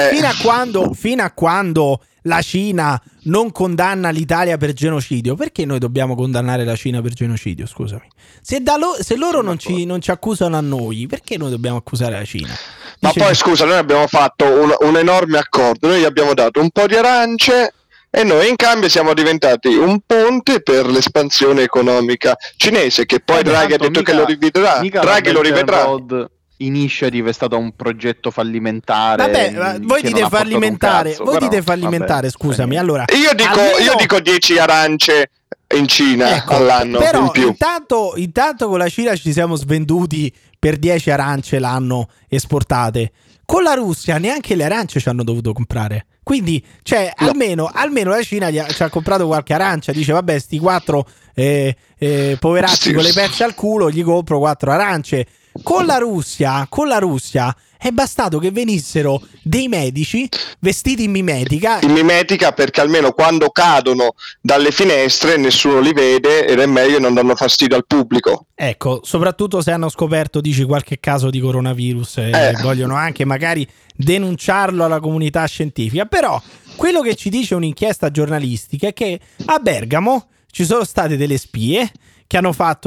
fino a quando la Cina non condanna l'Italia per genocidio, perché noi dobbiamo condannare la Cina per genocidio? Scusami, se loro non ci accusano a noi, perché noi dobbiamo accusare la Cina? Ma poi scusa, noi abbiamo fatto un enorme accordo, noi gli abbiamo dato un po' di arance e noi in cambio siamo diventati un ponte per l'espansione economica cinese, che poi Draghi ha detto che lo rivedrà. Draghi lo rivedrà. Initiative è stato un progetto fallimentare. Vabbè, voi dite fallimentare, scusami. Allora, io dico 10 arance in Cina all'anno, però in più. Intanto con la Cina ci siamo svenduti per 10 arance l'anno esportate. Con la Russia neanche le arance ci hanno dovuto comprare. Quindi, cioè, almeno la Cina ci ha comprato qualche arancia. Dice, vabbè, sti 4 poveracci con le pezze al culo, gli compro 4 arance. Con la Russia è bastato che venissero dei medici vestiti in mimetica. In mimetica, perché almeno quando cadono dalle finestre nessuno li vede ed è meglio, non danno fastidio al pubblico. Ecco, soprattutto se hanno scoperto, dici, qualche caso di coronavirus e vogliono anche magari denunciarlo alla comunità scientifica. Però quello che ci dice un'inchiesta giornalistica è che a Bergamo ci sono state delle spie che hanno fatto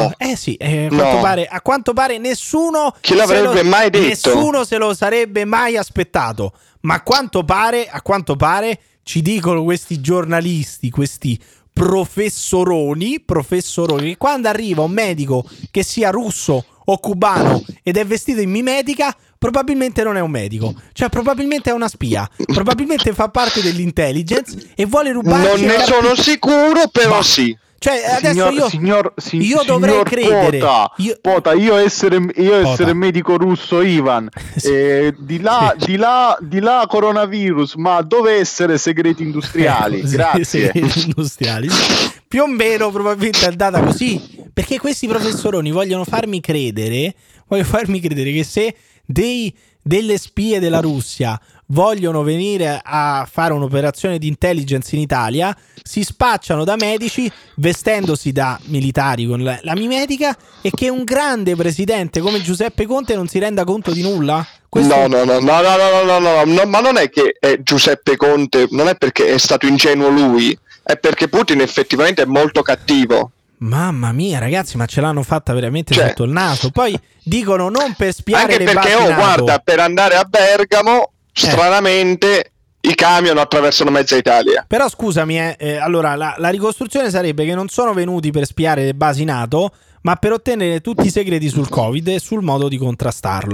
a quanto pare nessuno chi l'avrebbe mai detto, nessuno se lo sarebbe mai aspettato, ma a quanto pare ci dicono questi giornalisti, questi professoroni, che quando arriva un medico che sia russo o cubano ed è vestito in mimetica, probabilmente non è un medico, cioè probabilmente è una spia, probabilmente fa parte dell'intelligence e vuole rubarci. Non ne sono sicuro, però sì. Cioè, adesso io dovrei credere. Pota, io essere medico russo, Ivan. Di là coronavirus, ma dove essere segreti industriali? Grazie. Segreti industriali. Più o meno probabilmente è andata così. Perché questi professoroni vogliono farmi credere che se delle spie della Russia vogliono venire a fare un'operazione di intelligence in Italia, si spacciano da medici vestendosi da militari con la mimetica, e che un grande presidente come Giuseppe Conte non si renda conto di nulla? No, ma non è che è Giuseppe Conte, non è perché è stato ingenuo lui, è perché Putin effettivamente è molto cattivo. Mamma mia, ragazzi, ma ce l'hanno fatta veramente sotto il naso. Poi dicono non per spiare anche le perché guarda, per andare a Bergamo stranamente i camion attraversano mezza Italia. Però scusami, allora la ricostruzione sarebbe che non sono venuti per spiare le basi NATO, ma per ottenere tutti i segreti sul Covid e sul modo di contrastarlo.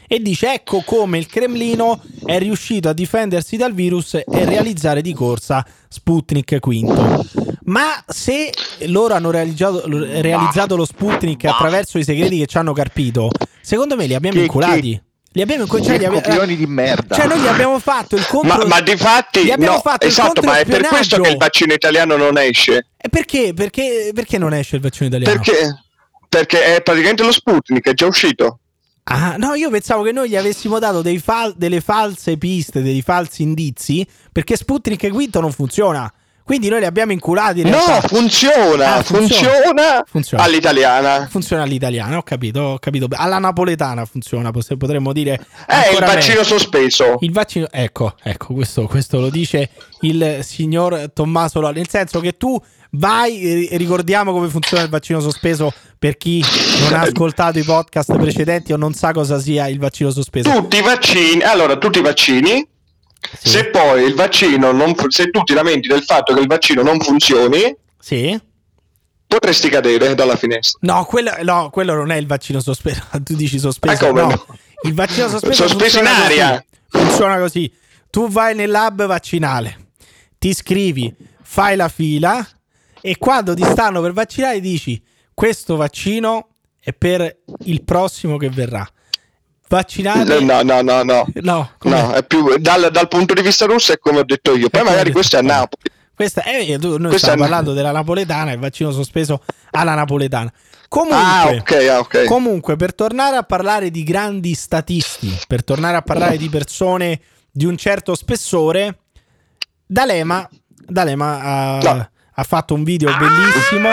e dice: ecco come il Cremlino è riuscito a difendersi dal virus e realizzare di corsa Sputnik V. Ma se loro hanno realizzato lo Sputnik attraverso i segreti che ci hanno carpito, secondo me li abbiamo inculati. Li abbiamo coglioni di merda. Cioè noi gli abbiamo fatto il contro. Ma di fatti no, esatto, ma è per questo che il vaccino italiano non esce. E perché? Perché non esce il vaccino italiano? Perché è praticamente lo Sputnik, è già uscito. Ah, no, io pensavo che noi gli avessimo dato delle false piste, dei falsi indizi, perché Sputnik V non funziona. Quindi noi li abbiamo inculati. No, funziona all'italiana. Funziona all'italiana, ho capito. Alla napoletana funziona, potremmo dire. È il vaccino sospeso. Il vaccino, ecco, questo lo dice il signor Tommaso Lolli. Nel senso che tu vai, ricordiamo come funziona il vaccino sospeso per chi non ha ascoltato i podcast precedenti o non sa cosa sia il vaccino sospeso. Tutti i vaccini. Sì. Se poi il vaccino se tu ti lamenti del fatto che il vaccino non funzioni, sì, potresti cadere dalla finestra. No, quello non è il vaccino sospeso. Tu dici sospeso. No. Il vaccino sospeso in aria. Funziona così. Tu vai nel lab vaccinale, ti iscrivi, fai la fila e quando ti stanno per vaccinare dici: questo vaccino è per il prossimo che verrà. Vaccinati? No, è più dal punto di vista russo è come ho detto io. Poi magari questo è a Napoli. Noi stiamo parlando della napoletana, il vaccino sospeso alla napoletana. Comunque, per tornare a parlare di grandi statisti, per tornare a parlare di persone di un certo spessore, D'Alema ha fatto un video bellissimo.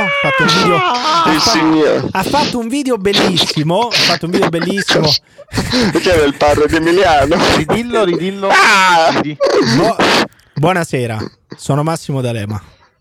Ha fatto un video bellissimo. Perché era il padre di Emiliano? Ridillo. Buonasera, sono Massimo D'Alema.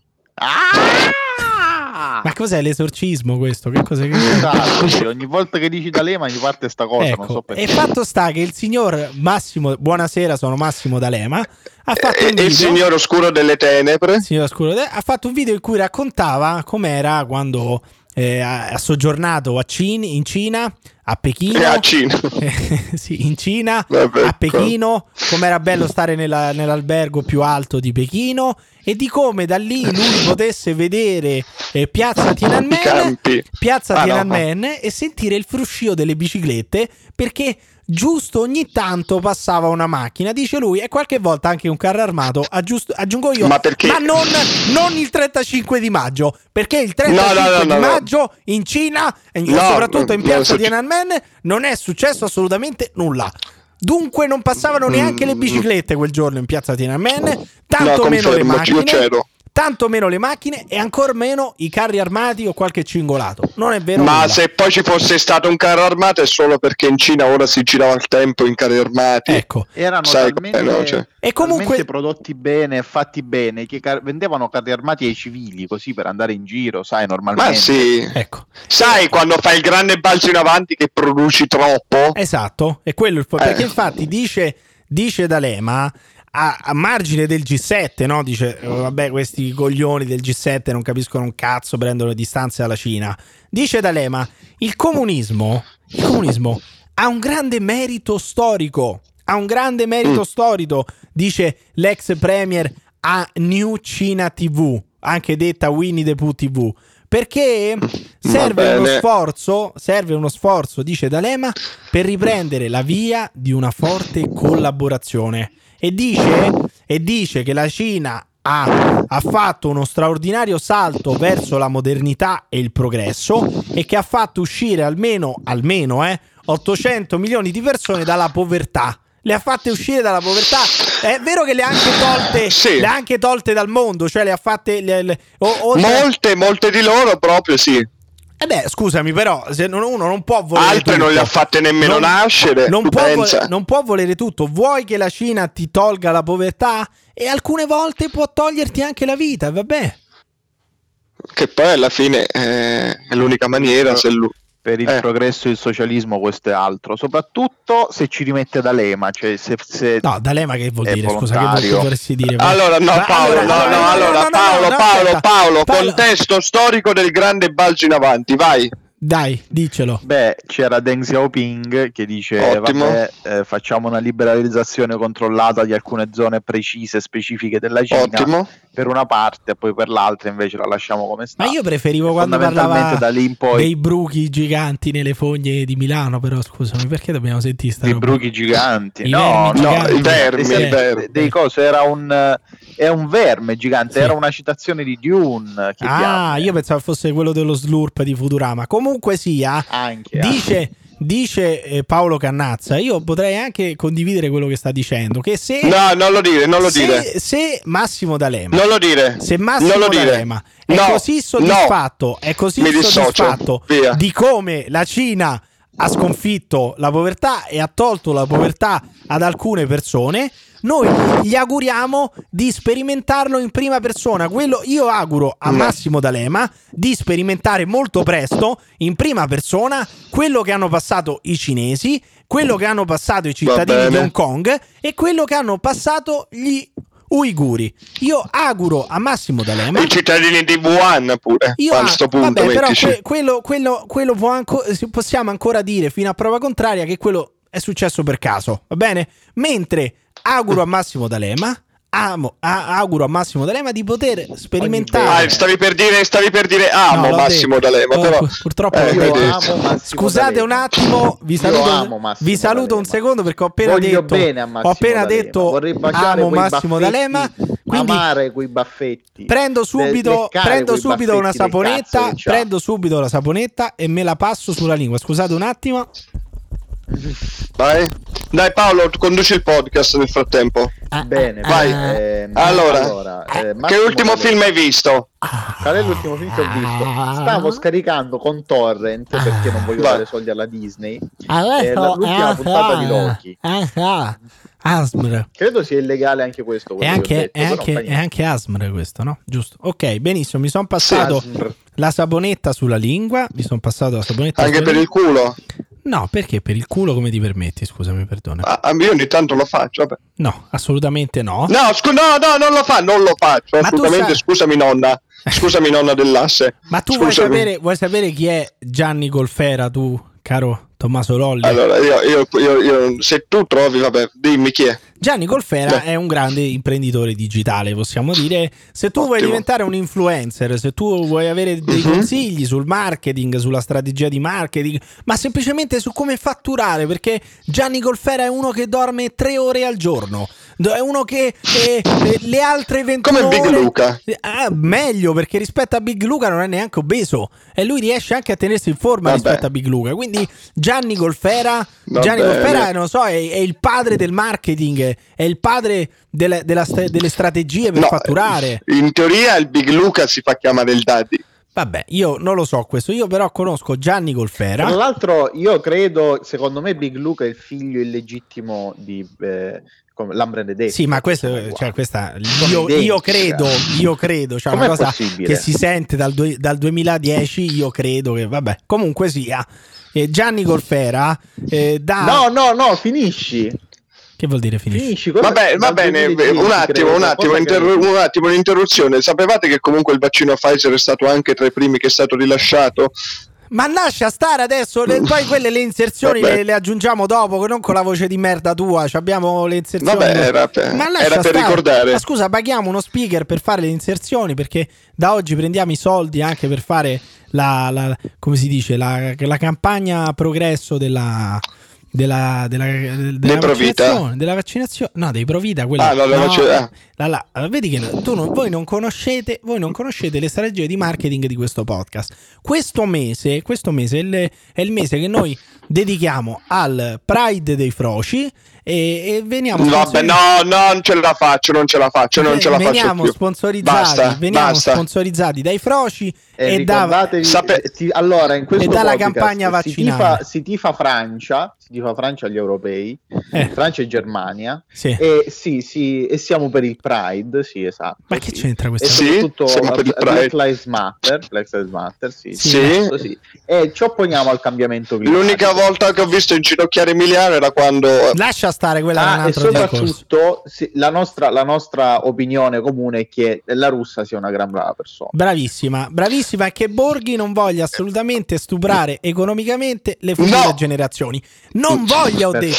Ma cos'è l'esorcismo questo? Che cos'è? Esatto, ogni volta che dici D'Alema mi parte sta cosa, ecco, non so perché. E fatto sta che il signor Massimo, buonasera, sono Massimo D'Alema, ha fatto un video, il signor oscuro delle tenebre. Ha fatto un video in cui raccontava com'era quando ha soggiornato in Cina, a Pechino. Sì, in Cina, a Pechino, com'era bello stare nell'albergo più alto di Pechino e di come da lì lui potesse vedere Piazza Tiananmen e sentire il fruscio delle biciclette, perché giusto ogni tanto passava una macchina, dice lui, e qualche volta anche un carro armato, aggiungo io, ma non il 35 di maggio, perché il 35 di maggio in Cina soprattutto in Piazza Tiananmen non è successo assolutamente nulla. Dunque non passavano neanche le biciclette quel giorno in Piazza Tiananmen, tanto meno le macchine e ancor meno i carri armati o qualche cingolato. Non è vero? Ma nulla. Se poi ci fosse stato un carro armato è solo perché in Cina ora si girava il tempo in carri armati. Ecco, erano talmente prodotti bene, fatti bene, che vendevano carri armati ai civili così per andare in giro, sai, normalmente. Ma sì, ecco. Sai quando fai il grande balzo in avanti che produci troppo? Esatto, è quello il perché infatti dice D'Alema a margine del G7, no? Dice vabbè, questi coglioni del G7 non capiscono un cazzo, prendono le distanze dalla Cina. Dice D'Alema, il comunismo ha un grande merito storico, dice l'ex premier a New Cina TV, anche detta Winnie the Pooh TV, perché serve uno sforzo, dice D'Alema, per riprendere la via di una forte collaborazione. E dice che la Cina ha fatto uno straordinario salto verso la modernità e il progresso e che ha fatto uscire almeno 800 milioni di persone dalla povertà. Le ha fatte uscire dalla povertà. È vero che le ha anche tolte, sì. Le ha anche tolte dal mondo, cioè le ha fatte molte di loro proprio sì. Scusami, però se uno non può volere altre tutto, non le ha fatte nemmeno nascere. Non può volere tutto. Vuoi che la Cina ti tolga la povertà? E alcune volte può toglierti anche la vita, vabbè. Che poi alla fine è l'unica maniera per il progresso e il socialismo, questo è altro, soprattutto se ci rimette D'Alema, cioè se no, D'Alema che vuol dire? Volontario. Scusa, che vorresti dire? Allora Paolo, contesto storico del grande balzo in avanti, vai. Dai, dicelo. Beh, c'era Deng Xiaoping che dice facciamo una liberalizzazione controllata di alcune zone precise, specifiche della Cina per una parte, e poi per l'altra invece la lasciamo come sta. Ma io preferivo quando parlava da lì in poi dei bruchi giganti nelle fogne di Milano, però scusami, perché dobbiamo sentire sta roba? I bruchi giganti? I vermi. Dei cose, è un verme gigante, era una citazione di Dune. Io pensavo fosse quello dello slurp di Futurama. Comunque sia, dice Paolo Cannazza, io potrei anche condividere quello che sta dicendo, che se non lo dire. Se Massimo D'Alema non lo dire. Se Massimo D'Alema è così soddisfatto, di come la Cina ha sconfitto la povertà e ha tolto la povertà ad alcune persone, noi gli auguriamo di sperimentarlo in prima persona. Io auguro a Massimo D'Alema di sperimentare molto presto in prima persona quello che hanno passato i cinesi, quello che hanno passato i cittadini di Hong Kong e quello che hanno passato gli uiguri. Io auguro a Massimo D'Alema, i cittadini di Wuhan pure a questo punto, però quello possiamo ancora dire fino a prova contraria che quello è successo per caso, va bene? Mentre auguro a Massimo D'Alema di poter sperimentare. Stavi per dire Massimo D'Alema, però purtroppo scusate un attimo, vi saluto un secondo perché ho appena detto amo Massimo D'Alema, quindi amare quei baffetti. Prendo subito una saponetta, prendo la saponetta e me la passo sulla lingua. Scusate un attimo. Vai. Dai Paolo, conduci il podcast nel frattempo. Bene, vai. Che ultimo film hai visto? Qual è l'ultimo film che ho visto? Stavo scaricando con Torrent perché non voglio dare soldi alla Disney. L'ultima puntata di Loki. Asmr. Credo sia illegale anche questo. È anche Asmr questo, no? Giusto. Ok, benissimo. Mi sono passato la saponetta sulla lingua. Anche per il culo? No, perché per il culo come ti permetti? Scusami, perdona. Io ogni tanto lo faccio, vabbè. No, assolutamente no. No, non lo faccio. Assolutamente, scusami nonna dell'asse. Ma tu vuoi sapere chi è Gianni Golfera, tu, caro Tommaso Lolli? Allora, io se tu trovi, vabbè, dimmi chi è. Gianni Golfera è un grande imprenditore digitale, possiamo dire. Se tu vuoi diventare un influencer, se tu vuoi avere dei consigli sul marketing, sulla strategia di marketing, ma semplicemente su come fatturare, perché Gianni Golfera è uno che dorme 3 ore al giorno, è uno che le altre 21 come Big Luca. Meglio, perché rispetto a Big Luca non è neanche obeso e lui riesce anche a tenersi in forma rispetto a Big Luca. Quindi Gianni Golfera non lo so, è il padre del marketing, è il padre delle strategie per fatturare. In teoria il Big Luca si fa chiamare il daddy. Vabbè, io non lo so questo, io però conosco Gianni Golfera. Tra l'altro io credo, secondo me Big Luca è il figlio illegittimo di Lambrede. Sì, ma questo, io credo, cioè una cosa che si sente dal 2010, io credo che vabbè, comunque sia. Gianni Golfera No, finisci. Che vuol dire finisci? Va bene, un attimo, un'interruzione. Sapevate che comunque il vaccino Pfizer è stato anche tra i primi che è stato rilasciato? Ma lascia stare adesso, poi quelle le inserzioni le aggiungiamo dopo, non con la voce di merda tua, abbiamo le inserzioni. Vabbè, era per ricordare. Ma scusa, paghiamo uno speaker per fare le inserzioni, perché da oggi prendiamo i soldi anche per fare come si dice, la campagna progresso della vaccinazione, no, dei Provita, vedi che voi non conoscete le strategie di marketing di questo podcast. Questo mese è il mese che noi dedichiamo al Pride dei Froci e veniamo non ce la faccio più. Sponsorizzati dai Froci allora in questo dalla campagna vaccinale si tifa Francia agli europei, Francia e Germania, e siamo per il Pride, sì, esatto. Ma che c'entra questo? E soprattutto Black Lives Matter, sì. E ci opponiamo al cambiamento climatico. volta che ho visto inginocchiare Emiliano era quando... Lascia stare quella e soprattutto la nostra opinione comune è che la russa sia una gran brava persona. Bravissima, e che Borghi non voglia assolutamente stuprare economicamente le future generazioni. Non voglia, ho detto,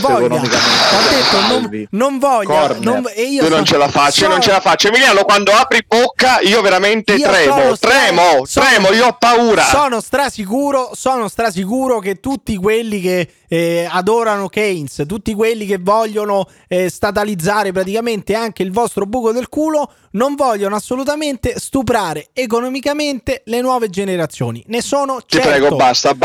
non voglia. E io non ce la faccio, Emiliano, quando apri bocca io veramente tremo, io ho paura. Sono strasicuro che tutti quelli che adorano Keynes, tutti quelli che vogliono statalizzare praticamente anche il vostro buco del culo, non vogliono assolutamente stuprare economicamente le nuove generazioni. Ne sono certo. Ti prego, basta,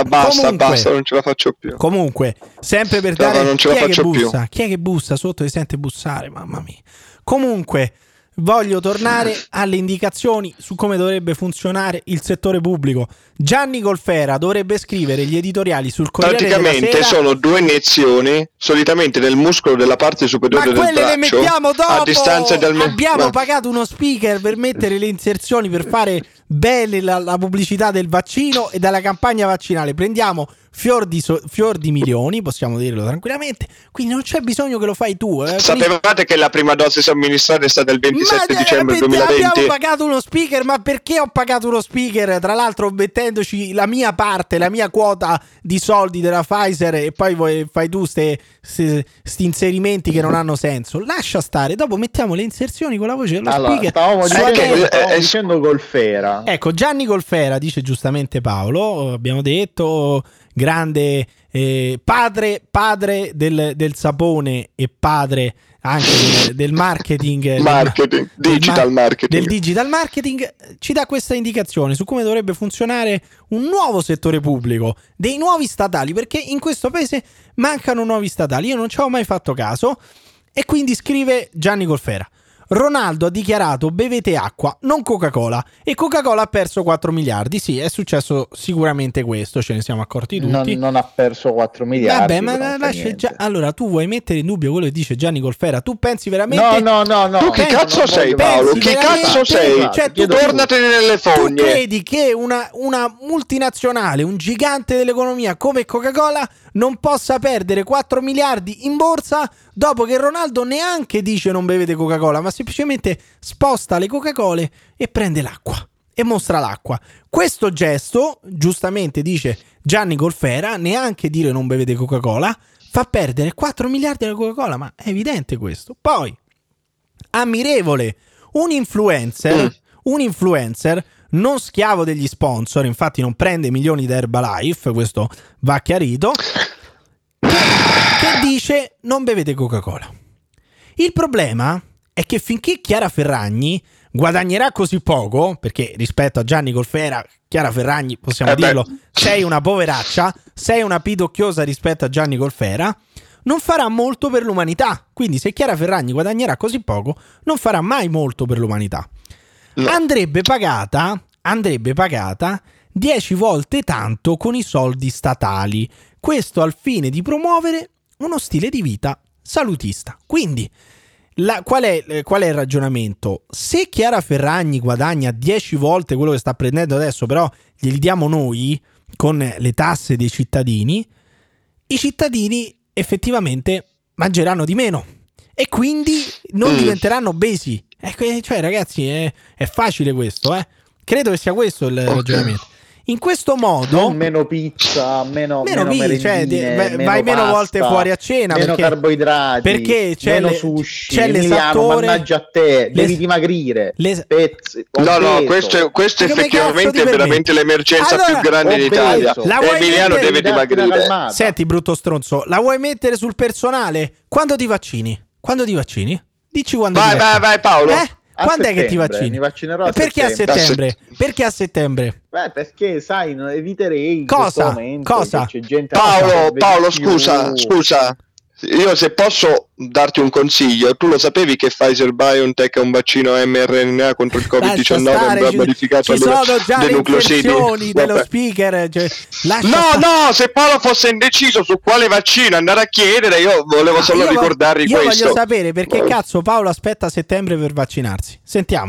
non ce la faccio più. Comunque, sempre per dare... Non ce la faccio più. Chi è che bussa sotto? Si sente bussare, mamma mia. Comunque, voglio tornare alle indicazioni su come dovrebbe funzionare il settore pubblico. Gianni Golfera dovrebbe scrivere gli editoriali sul Corriere della Sera. Praticamente sono 2 iniezioni, solitamente nel muscolo della parte superiore del braccio. Ma quelle le mettiamo dopo. A distanza abbiamo pagato uno speaker per mettere le inserzioni, per fare bene la pubblicità del vaccino e della campagna vaccinale. Prendiamo fior di milioni, possiamo dirlo tranquillamente, quindi non c'è bisogno che lo fai tu. Sapevate che la prima dose somministrata è stata il 27 dicembre 2020? Abbiamo pagato uno speaker, ma perché ho pagato uno speaker? Tra l'altro mettendoci la mia parte, la mia quota di soldi della Pfizer, e poi fai tu sti inserimenti che non hanno senso. Lascia stare, dopo mettiamo le inserzioni con la voce dello speaker. Stavamo dicendo Golfera. Ecco, Gianni Golfera, dice giustamente Paolo, abbiamo detto, grande padre del sapone e padre anche del marketing, digital marketing, ci dà questa indicazione su come dovrebbe funzionare un nuovo settore pubblico, dei nuovi statali, perché in questo paese mancano nuovi statali. Io non ci ho mai fatto caso, e quindi scrive Gianni Golfera: Ronaldo ha dichiarato bevete acqua, non Coca-Cola, e Coca-Cola ha perso 4 miliardi. Sì, è successo sicuramente questo, ce ne siamo accorti tutti. Non ha perso 4 miliardi. Vabbè, ma lascia già. Allora, tu vuoi mettere in dubbio quello che dice Gianni Golfera? Tu pensi veramente? No. Tu chi cazzo sei, Paolo? Chi cazzo sei? Cioè, tornatene nelle fogne. Tu credi che una multinazionale, un gigante dell'economia come Coca-Cola non possa perdere 4 miliardi in borsa dopo che Ronaldo neanche dice non bevete Coca-Cola, ma semplicemente sposta le Coca-Cola e prende l'acqua e mostra l'acqua? Questo gesto, giustamente dice Gianni Golfera, neanche dire non bevete Coca-Cola fa perdere 4 miliardi alla Coca-Cola, ma è evidente questo. Poi, ammirevole, un influencer non schiavo degli sponsor, infatti non prende milioni da Herbalife, questo va chiarito, che dice non bevete Coca-Cola. Il problema è che finché Chiara Ferragni guadagnerà così poco, perché rispetto a Gianni Golfera, Chiara Ferragni, possiamo dirlo, sei una poveraccia, sei una pidocchiosa rispetto a Gianni Golfera, non farà molto per l'umanità. Quindi se Chiara Ferragni guadagnerà così poco, non farà mai molto per l'umanità. No. Andrebbe pagata 10 volte tanto con i soldi statali. Questo al fine di promuovere uno stile di vita salutista. Quindi qual è il ragionamento? Se Chiara Ferragni guadagna 10 volte quello che sta prendendo adesso, però glieli diamo noi con le tasse dei cittadini, i cittadini effettivamente mangeranno di meno e quindi non diventeranno obesi. Cioè, ragazzi, è facile questo, credo che sia questo il ragionamento. In questo modo, non meno pizza, meno cioè, vai meno volte fuori a cena, meno carboidrati, perché c'è meno sushi. C'è l'esattore, mannaggia a te, devi dimagrire. No, questo effettivamente è veramente l'emergenza più grande in Italia. Emiliano deve dimagrire. Senti, brutto stronzo, la vuoi mettere sul personale? Quando ti vaccini? Dici quando. Vai Paolo. Quando è che ti vaccini? Mi vaccinerò a perché settembre. Perché a settembre? Perché sai, eviterei cosa? C'è gente Paolo, scusa. Io se posso darti un consiglio, tu lo sapevi che Pfizer BioNTech è un vaccino mRNA contro il Covid-19 modificato sono già le inserzioni dello speaker, no, se Paolo fosse indeciso su quale vaccino andare a chiedere, io volevo solo ricordargli questo. Io voglio sapere perché cazzo Paolo aspetta settembre per vaccinarsi. Sentiamo.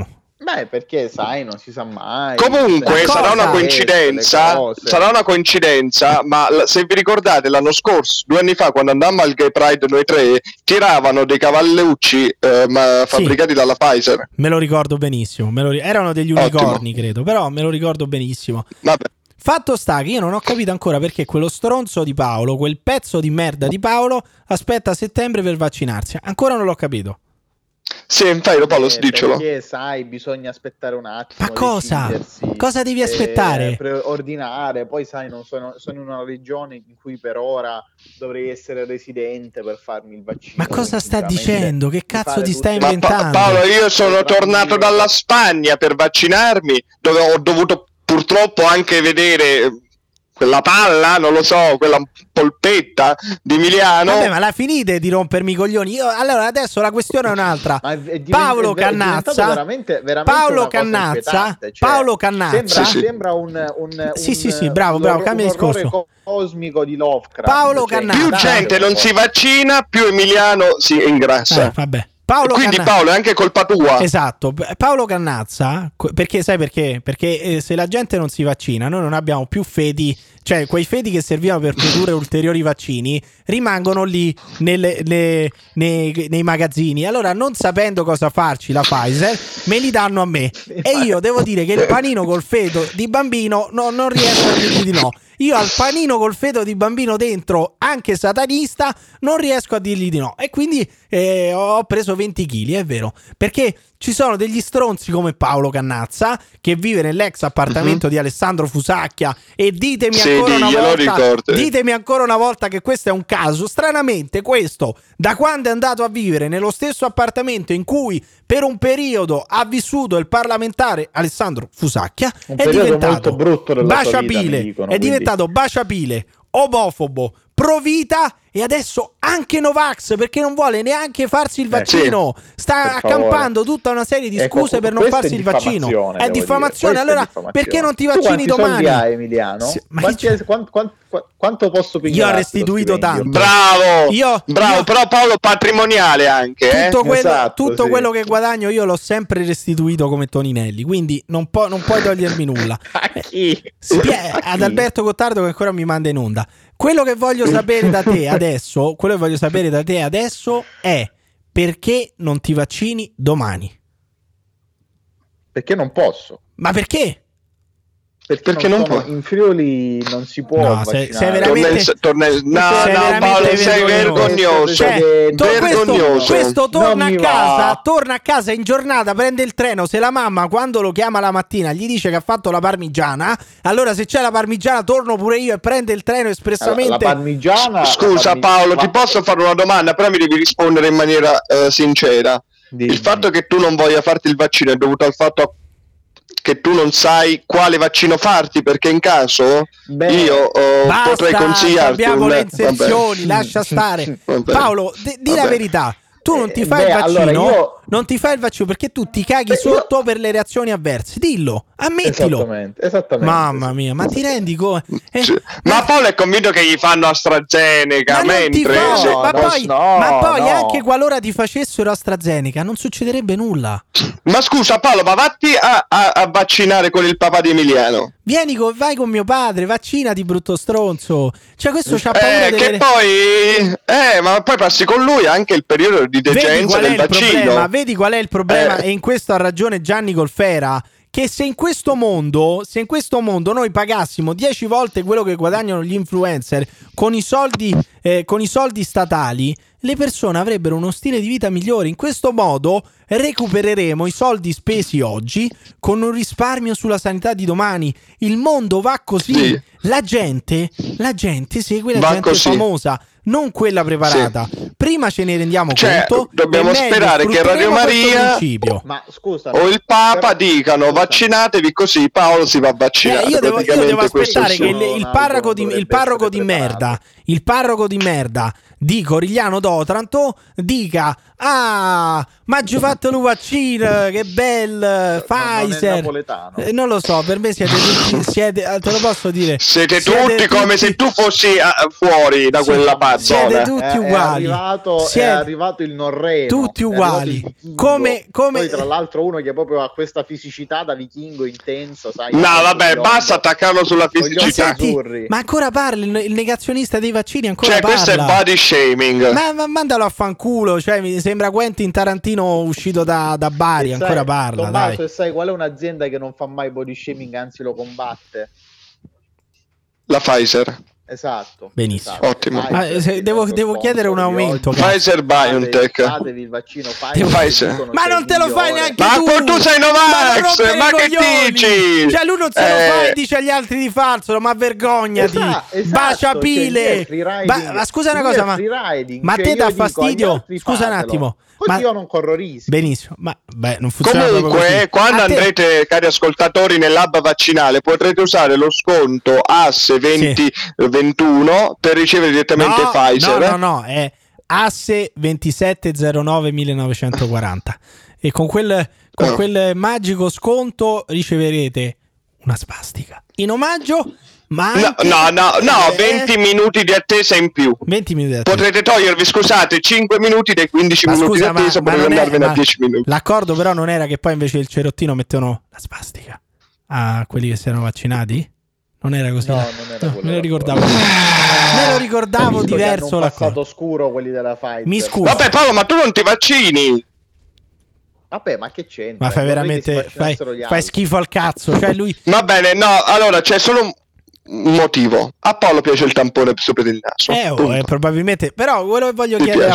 Beh, perché sai, non si sa mai. Comunque sarà una coincidenza, ma se vi ricordate l'anno scorso, 2 anni fa, quando andammo al Gay Pride noi 3, tiravano dei cavallucci fabbricati dalla Pfizer. Me lo ricordo benissimo, erano degli unicorni. Ottimo. Credo, però me lo ricordo benissimo. Vabbè. Fatto sta che io non ho capito ancora perché quello stronzo di Paolo, quel pezzo di merda di Paolo, aspetta settembre per vaccinarsi. Ancora non l'ho capito. Sì, infatti Paolo, diccelo. Perché sai, bisogna aspettare un attimo. Ma cosa? Cosa devi aspettare? Ordinare, poi sai, non sono in una regione in cui per ora dovrei essere residente per farmi il vaccino. Ma cosa sta dicendo? Che cazzo ti stai inventando? Ma Paolo, io sono tornato dalla Spagna per vaccinarmi, dove ho dovuto purtroppo anche vedere quella palla, non lo so, quella polpetta di Emiliano. Vabbè, ma la finite di rompermi i coglioni. Allora adesso la questione è un'altra. Paolo Cannazza, veramente Paolo Cannazza, cioè, Paolo Cannazza sembra un sì, bravo, cambia discorso. Cosmico di Lovecraft. Paolo Cannazza. Più gente non si vaccina, più Emiliano si ingrassa. Vabbè. Quindi Paolo è anche colpa tua. Esatto, Paolo Cannazza, perché sai perché? Perché se la gente non si vaccina, noi non abbiamo più feti, cioè quei feti che servivano per produrre ulteriori vaccini rimangono lì nei magazzini. Allora, non sapendo cosa farci la Pfizer, me li danno a me e io devo dire che il panino col feto di bambino non riesco a dirgli di no. Io al panino col feto di bambino dentro, anche satanista, non riesco a dirgli di no. E quindi ho preso 20 kg, è vero. Perché ci sono degli stronzi come Paolo Cannazza, che vive nell'ex appartamento di Alessandro Fusacchia, e ditemi ancora una volta che questo è un caso. Stranamente questo, da quando è andato a vivere nello stesso appartamento in cui per un periodo ha vissuto il parlamentare Alessandro Fusacchia, è diventato baciapile, è diventato baciapile, omofobo, pro vita e adesso anche Novax, perché non vuole neanche farsi il vaccino. Sta accampando tutta una serie di scuse per non farsi il vaccino. È diffamazione. Allora perché non ti vaccini domani? Hai, Emiliano? Quanto posso pigliare? Io ho restituito tanto. Bravo, però Paolo patrimoniale anche. Tutto quello che guadagno io l'ho sempre restituito come Toninelli, quindi non puoi togliermi nulla. Ad Alberto Gottardo che ancora mi manda in onda. Quello che voglio sapere da te adesso è perché non ti vaccini domani? Perché non posso. Ma perché? Perché non può. In Friuli non si può vaccinare. Sei veramente Paolo, sei vergognoso. Questo torna a casa in giornata, prende il treno. Se la mamma quando lo chiama la mattina gli dice che ha fatto la parmigiana, allora se c'è la parmigiana torno pure io e prende il treno espressamente. La parmigiana. Scusa Paolo, ti posso fare una domanda, però mi devi rispondere in maniera sincera. Il fatto che tu non voglia farti il vaccino è dovuto al fatto che tu non sai quale vaccino farti, perché in caso io potrei consigliarti. Abbiamo le inserzioni, lascia stare. Paolo, di la verità. Tu non ti fai il vaccino, non ti fai il vaccino perché tu ti caghi sotto per le reazioni avverse. Dillo, ammettilo. Esattamente. Mamma mia, ma ti rendi conto? Ma Paolo è convinto che gli fanno AstraZeneca, ma poi anche qualora ti facessero AstraZeneca non succederebbe nulla. Ma scusa Paolo, ma vatti a vaccinare con il papà di Emiliano. Vai con mio padre, vaccinati brutto stronzo. Cioè questo c'ha paura che poi ma poi passi con lui anche il periodo di degenza del vaccino. Vedi qual è il problema? E in questo ha ragione Gianni Colfera, che se in questo mondo noi pagassimo 10 volte quello che guadagnano gli influencer con i soldi statali, le persone avrebbero uno stile di vita migliore. In questo modo recupereremo i soldi spesi oggi con un risparmio sulla sanità di domani. Il mondo va così. Sì. La gente segue la gente famosa, non quella preparata. Sì. Prima ce ne rendiamo conto. Dobbiamo sperare che Radio Maria o il Papa dicano vaccinatevi, così Paolo si va a vaccinare. Io devo aspettare che il parroco di merda di Corigliano d'Otranto dica: ma ci fatto fatto il vaccino, che bello, Pfizer. Non lo so, per me siete tutti, te lo posso dire. Siete tutti come se tu fossi fuori da quella parte. Siete tutti uguali. È arrivato il Norreno. Tutti uguali. Come Poi tra l'altro uno che proprio ha questa fisicità da vichingo intenso, sai. No, vabbè, basta attaccarlo sulla fisicità. Ma ancora parla il negazionista dei vaccini, ancora parla. Questo è body shaming. Ma mandalo a fanculo, cioè mi sembra Quentin Tarantino uscito da Bari, e ancora parla. Tommaso, dai. E sai qual è un'azienda che non fa mai body shaming, anzi lo combatte? La Pfizer. Esatto. Benissimo. Esatto. Ottimo. Devo chiedere un aumento. Pfizer BioNTech. Fatevi il vaccino Pfizer. Ma non te lo fai neanche tu. Ma tu sei Novax. Ma che dici? Cioè lui non se lo fa e dice agli altri di farselo. Ma vergognati. Baciapile. Ma scusa una cosa, ma te dà fastidio? Scusa un attimo. Così io non corro rischi. Benissimo, ma non funziona. Comunque, quando andrete, cari ascoltatori, nell'hub vaccinale, potrete usare lo sconto ASSE 2021 per ricevere direttamente Pfizer. No, è ASSE 2709 1940 e con quel magico sconto riceverete una svastica in omaggio. Ma no, 20 minuti di attesa in più. 20 minuti di attesa. Potrete togliervi, scusate, 5 minuti dei 15 minuti di attesa, potete andarvene a 10 minuti. L'accordo però non era che poi invece il cerottino mettono la svastica a quelli che si erano vaccinati? Non era così? No, non era quello. Me lo ricordavo diverso. Hanno passato scuro quelli della Pfizer. Mi scuso. Vabbè Paolo, ma tu non ti vaccini? Vabbè, ma che c'entra? Ma fai veramente fai schifo al cazzo, cioè lui. Va bene, no, allora c'è solo un motivo. A Paolo piace il tampone sopra del naso. Probabilmente. Però quello che voglio chiedere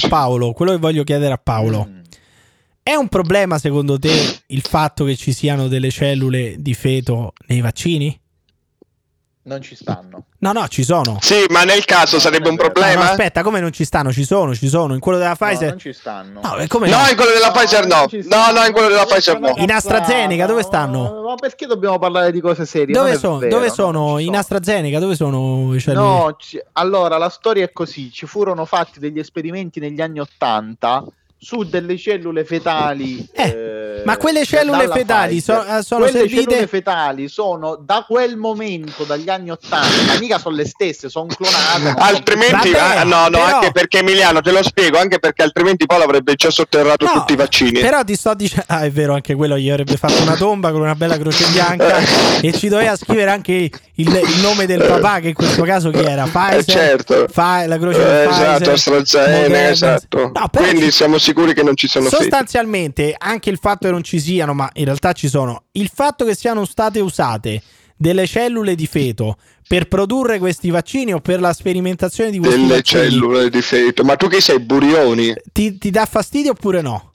a Paolo, è un problema secondo te il fatto che ci siano delle cellule di feto nei vaccini? Non ci stanno. No, ci sono. Sì, ma nel caso sarebbe un problema? No, aspetta, come non ci stanno? Ci sono. In quello della Pfizer? No, non ci stanno. No, in quello della Pfizer no. No, in quello della Pfizer no. In AstraZeneca dove stanno? Ma perché dobbiamo parlare di cose serie? Dove sono? In AstraZeneca dove sono i cellule? No, allora la storia è così. Ci furono fatti degli esperimenti negli anni '80 su delle cellule fetali. Ma quelle cellule fetali sono quelle servite. Cellule fetali sono da quel momento, dagli anni '80, mica sono le stesse, sono clonate. Altrimenti, anche perché Emiliano, te lo spiego, anche perché altrimenti Paolo avrebbe già sotterrato tutti i vaccini. Però ti sto dicendo, è vero, anche quello gli avrebbe fatto una tomba con una bella croce bianca e ci doveva scrivere anche il nome del papà, che in questo caso chi era? Pfizer. Certo. La croce del Pfizer. AstraZeneca, esatto. No, quindi siamo sicuri che non ci sono sostanzialmente anche il fatto che non ci siano, ma in realtà ci sono, il fatto che siano state usate delle cellule di feto per produrre questi vaccini o per la sperimentazione di questi vaccini, cellule di feto. Ma tu che sei, Burioni? Ti dà fastidio oppure no?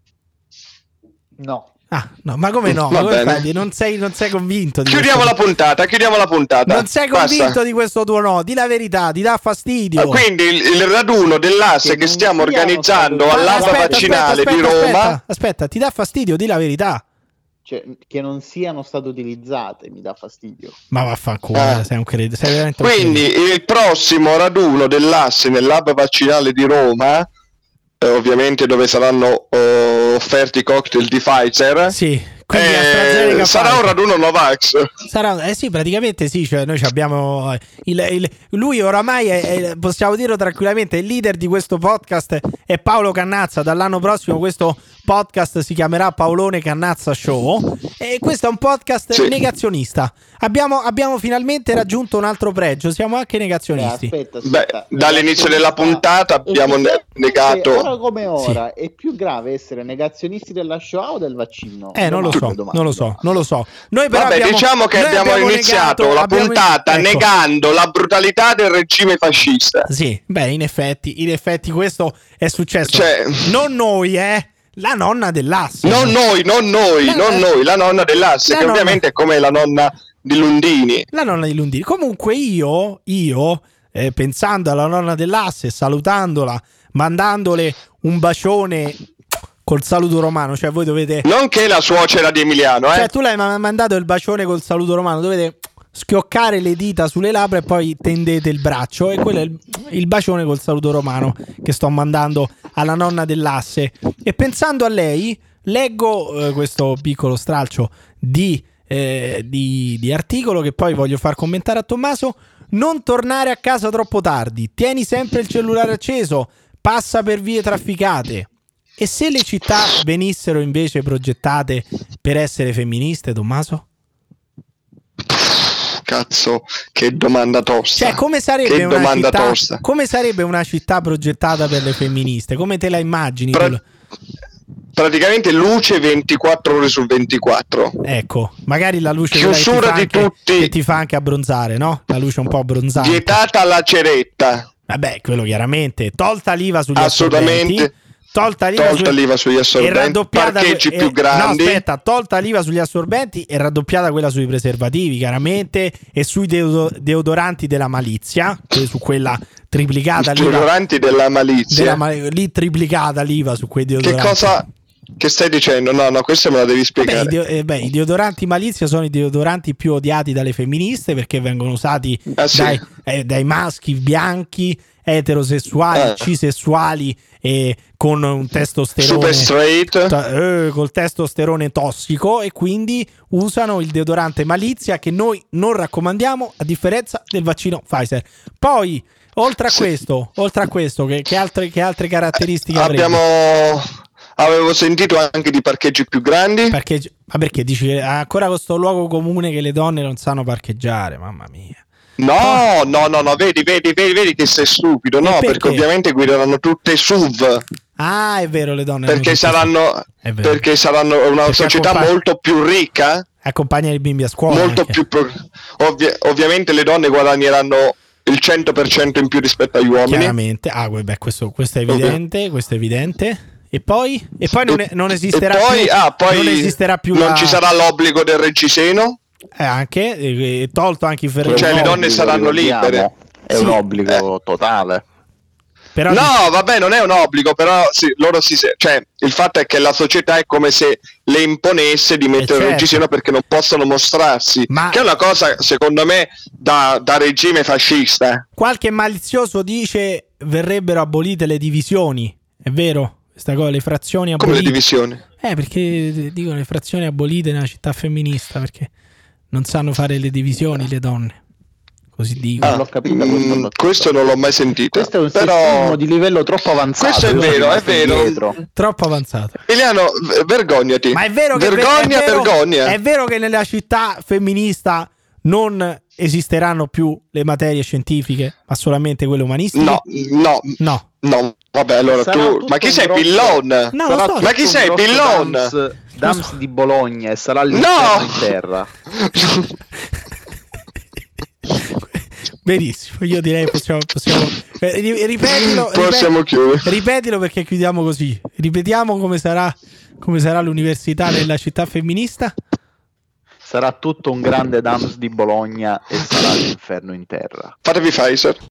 No. No, ma come no? Non sei convinto di chiudiamo la puntata. Non sei convinto di questo tuo no? Di la verità, ti dà fastidio. Quindi il raduno dell'ASSE che stiamo organizzando all'ASA vaccinale di Roma. Aspetta, ti dà fastidio, di la verità. Cioè, che non siano state utilizzate mi dà fastidio. Ma vaffanculo, sei un credo. Sei veramente quindi il prossimo raduno dell'ASSE nell'hub vaccinale di Roma, ovviamente dove saranno offerti i cocktail di Pfizer. Sì, quindi sarà un raduno Novax. Sì, praticamente sì, cioè noi abbiamo lui oramai possiamo dirlo tranquillamente, il leader di questo podcast è Paolo Cannazza. Dall'anno prossimo questo podcast si chiamerà Paolone Cannazza Show e questo è un podcast negazionista. Abbiamo finalmente raggiunto un altro pregio, siamo anche negazionisti. Aspetta, dall'inizio della puntata abbiamo negato. Ora come ora è più grave essere negazionisti della Shoah o del vaccino? Non lo so. Noi però diciamo che abbiamo iniziato la puntata negando la brutalità del regime fascista. Sì, in effetti questo è successo. Non noi, la nonna dell'ASSE. Non noi, la nonna dell'ASSE, che ovviamente è come la nonna di Lundini. La nonna di Lundini. Comunque io pensando alla nonna dell'ASSE, salutandola, mandandole un bacione col saluto romano, cioè voi dovete, nonché la suocera di Emiliano, cioè tu l'hai mandato il bacione col saluto romano, dovete schioccare le dita sulle labbra e poi tendete il braccio, e quello è il bacione col saluto romano che sto mandando alla nonna dell'ASSE. E pensando a lei leggo questo piccolo stralcio di articolo che poi voglio far commentare a Tommaso. Non tornare a casa troppo tardi, tieni sempre il cellulare acceso, passa per vie trafficate. E se le città venissero invece progettate per essere femministe, Tommaso? Cazzo, che domanda tosta. Cioè, come sarebbe una città progettata per le femministe? Come te la immagini? Praticamente luce 24 ore su 24. Ecco, magari la luce chiusura di tutti, che ti fa anche abbronzare, no? La luce un po' abbronzante. Vietata la ceretta. Vabbè, quello chiaramente. Tolta l'IVA sugli assolutamente assorbenti. Tolta l'IVA sugli assorbenti, parcheggi più grandi. No, aspetta, tolta l'IVA sugli assorbenti e raddoppiata quella sui preservativi, chiaramente, e sui deodoranti della malizia, su quella triplicata l'IVA. Deodoranti della malizia. Lì triplicata l'IVA su quei deodoranti. Che cosa? Che stai dicendo? No, questa me la devi spiegare. I deodoranti malizia sono i deodoranti più odiati dalle femministe perché vengono usati dai maschi bianchi, eterosessuali, cisessuali e con un testosterone super straight, col testosterone tossico, e quindi usano il deodorante malizia che noi non raccomandiamo, a differenza del vaccino Pfizer. Poi oltre a questo che altre caratteristiche avevo sentito anche di parcheggi più grandi. Ma perché dici che ancora questo luogo comune che le donne non sanno parcheggiare? Mamma mia. No, vedi che sei stupido. No, perché ovviamente guideranno tutte SUV. Ah, è vero, le donne. Perché saranno una società molto più ricca. Accompagna i bimbi a scuola. Molto più ovviamente le donne guadagneranno il 100% in più rispetto agli uomini. Chiaramente. Questo è evidente, questo è evidente. E poi non esisterà più. Non ci sarà l'obbligo del reggiseno. Anche tolto anche i ferri. Cioè le donne saranno libere. È un obbligo totale. Però vabbè, non è un obbligo, però cioè il fatto è che la società è come se le imponesse di mettere il reggiseno perché non possono mostrarsi, che è una cosa secondo me da regime fascista. Qualche malizioso dice verrebbero abolite le divisioni, è vero? Questa cosa, le frazioni abolite. Come le divisioni? Perché dicono le frazioni abolite nella città femminista perché non sanno fare le divisioni le donne. Così dico. Non l'ho capito. Questo non l'ho mai sentito. Questo è un sessismo di livello troppo avanzato. Questo è vero. Troppo avanzato. Emiliano, vergognati. Ma è vero che vergogna. È vero che nella città femminista non esisteranno più le materie scientifiche, ma solamente quelle umanistiche? No. Vabbè, allora ma chi sei, Pillon? Ma chi sei, Pillon? Dams di Bologna e sarà l'inferno in terra. Benissimo, io direi possiamo ripetilo. Possiamo chiudere. Ripetilo perché chiudiamo così. Ripetiamo come sarà l'università nella città femminista. Sarà tutto un grande Dams di Bologna e sarà l'inferno in terra. Fatevi Pfizer.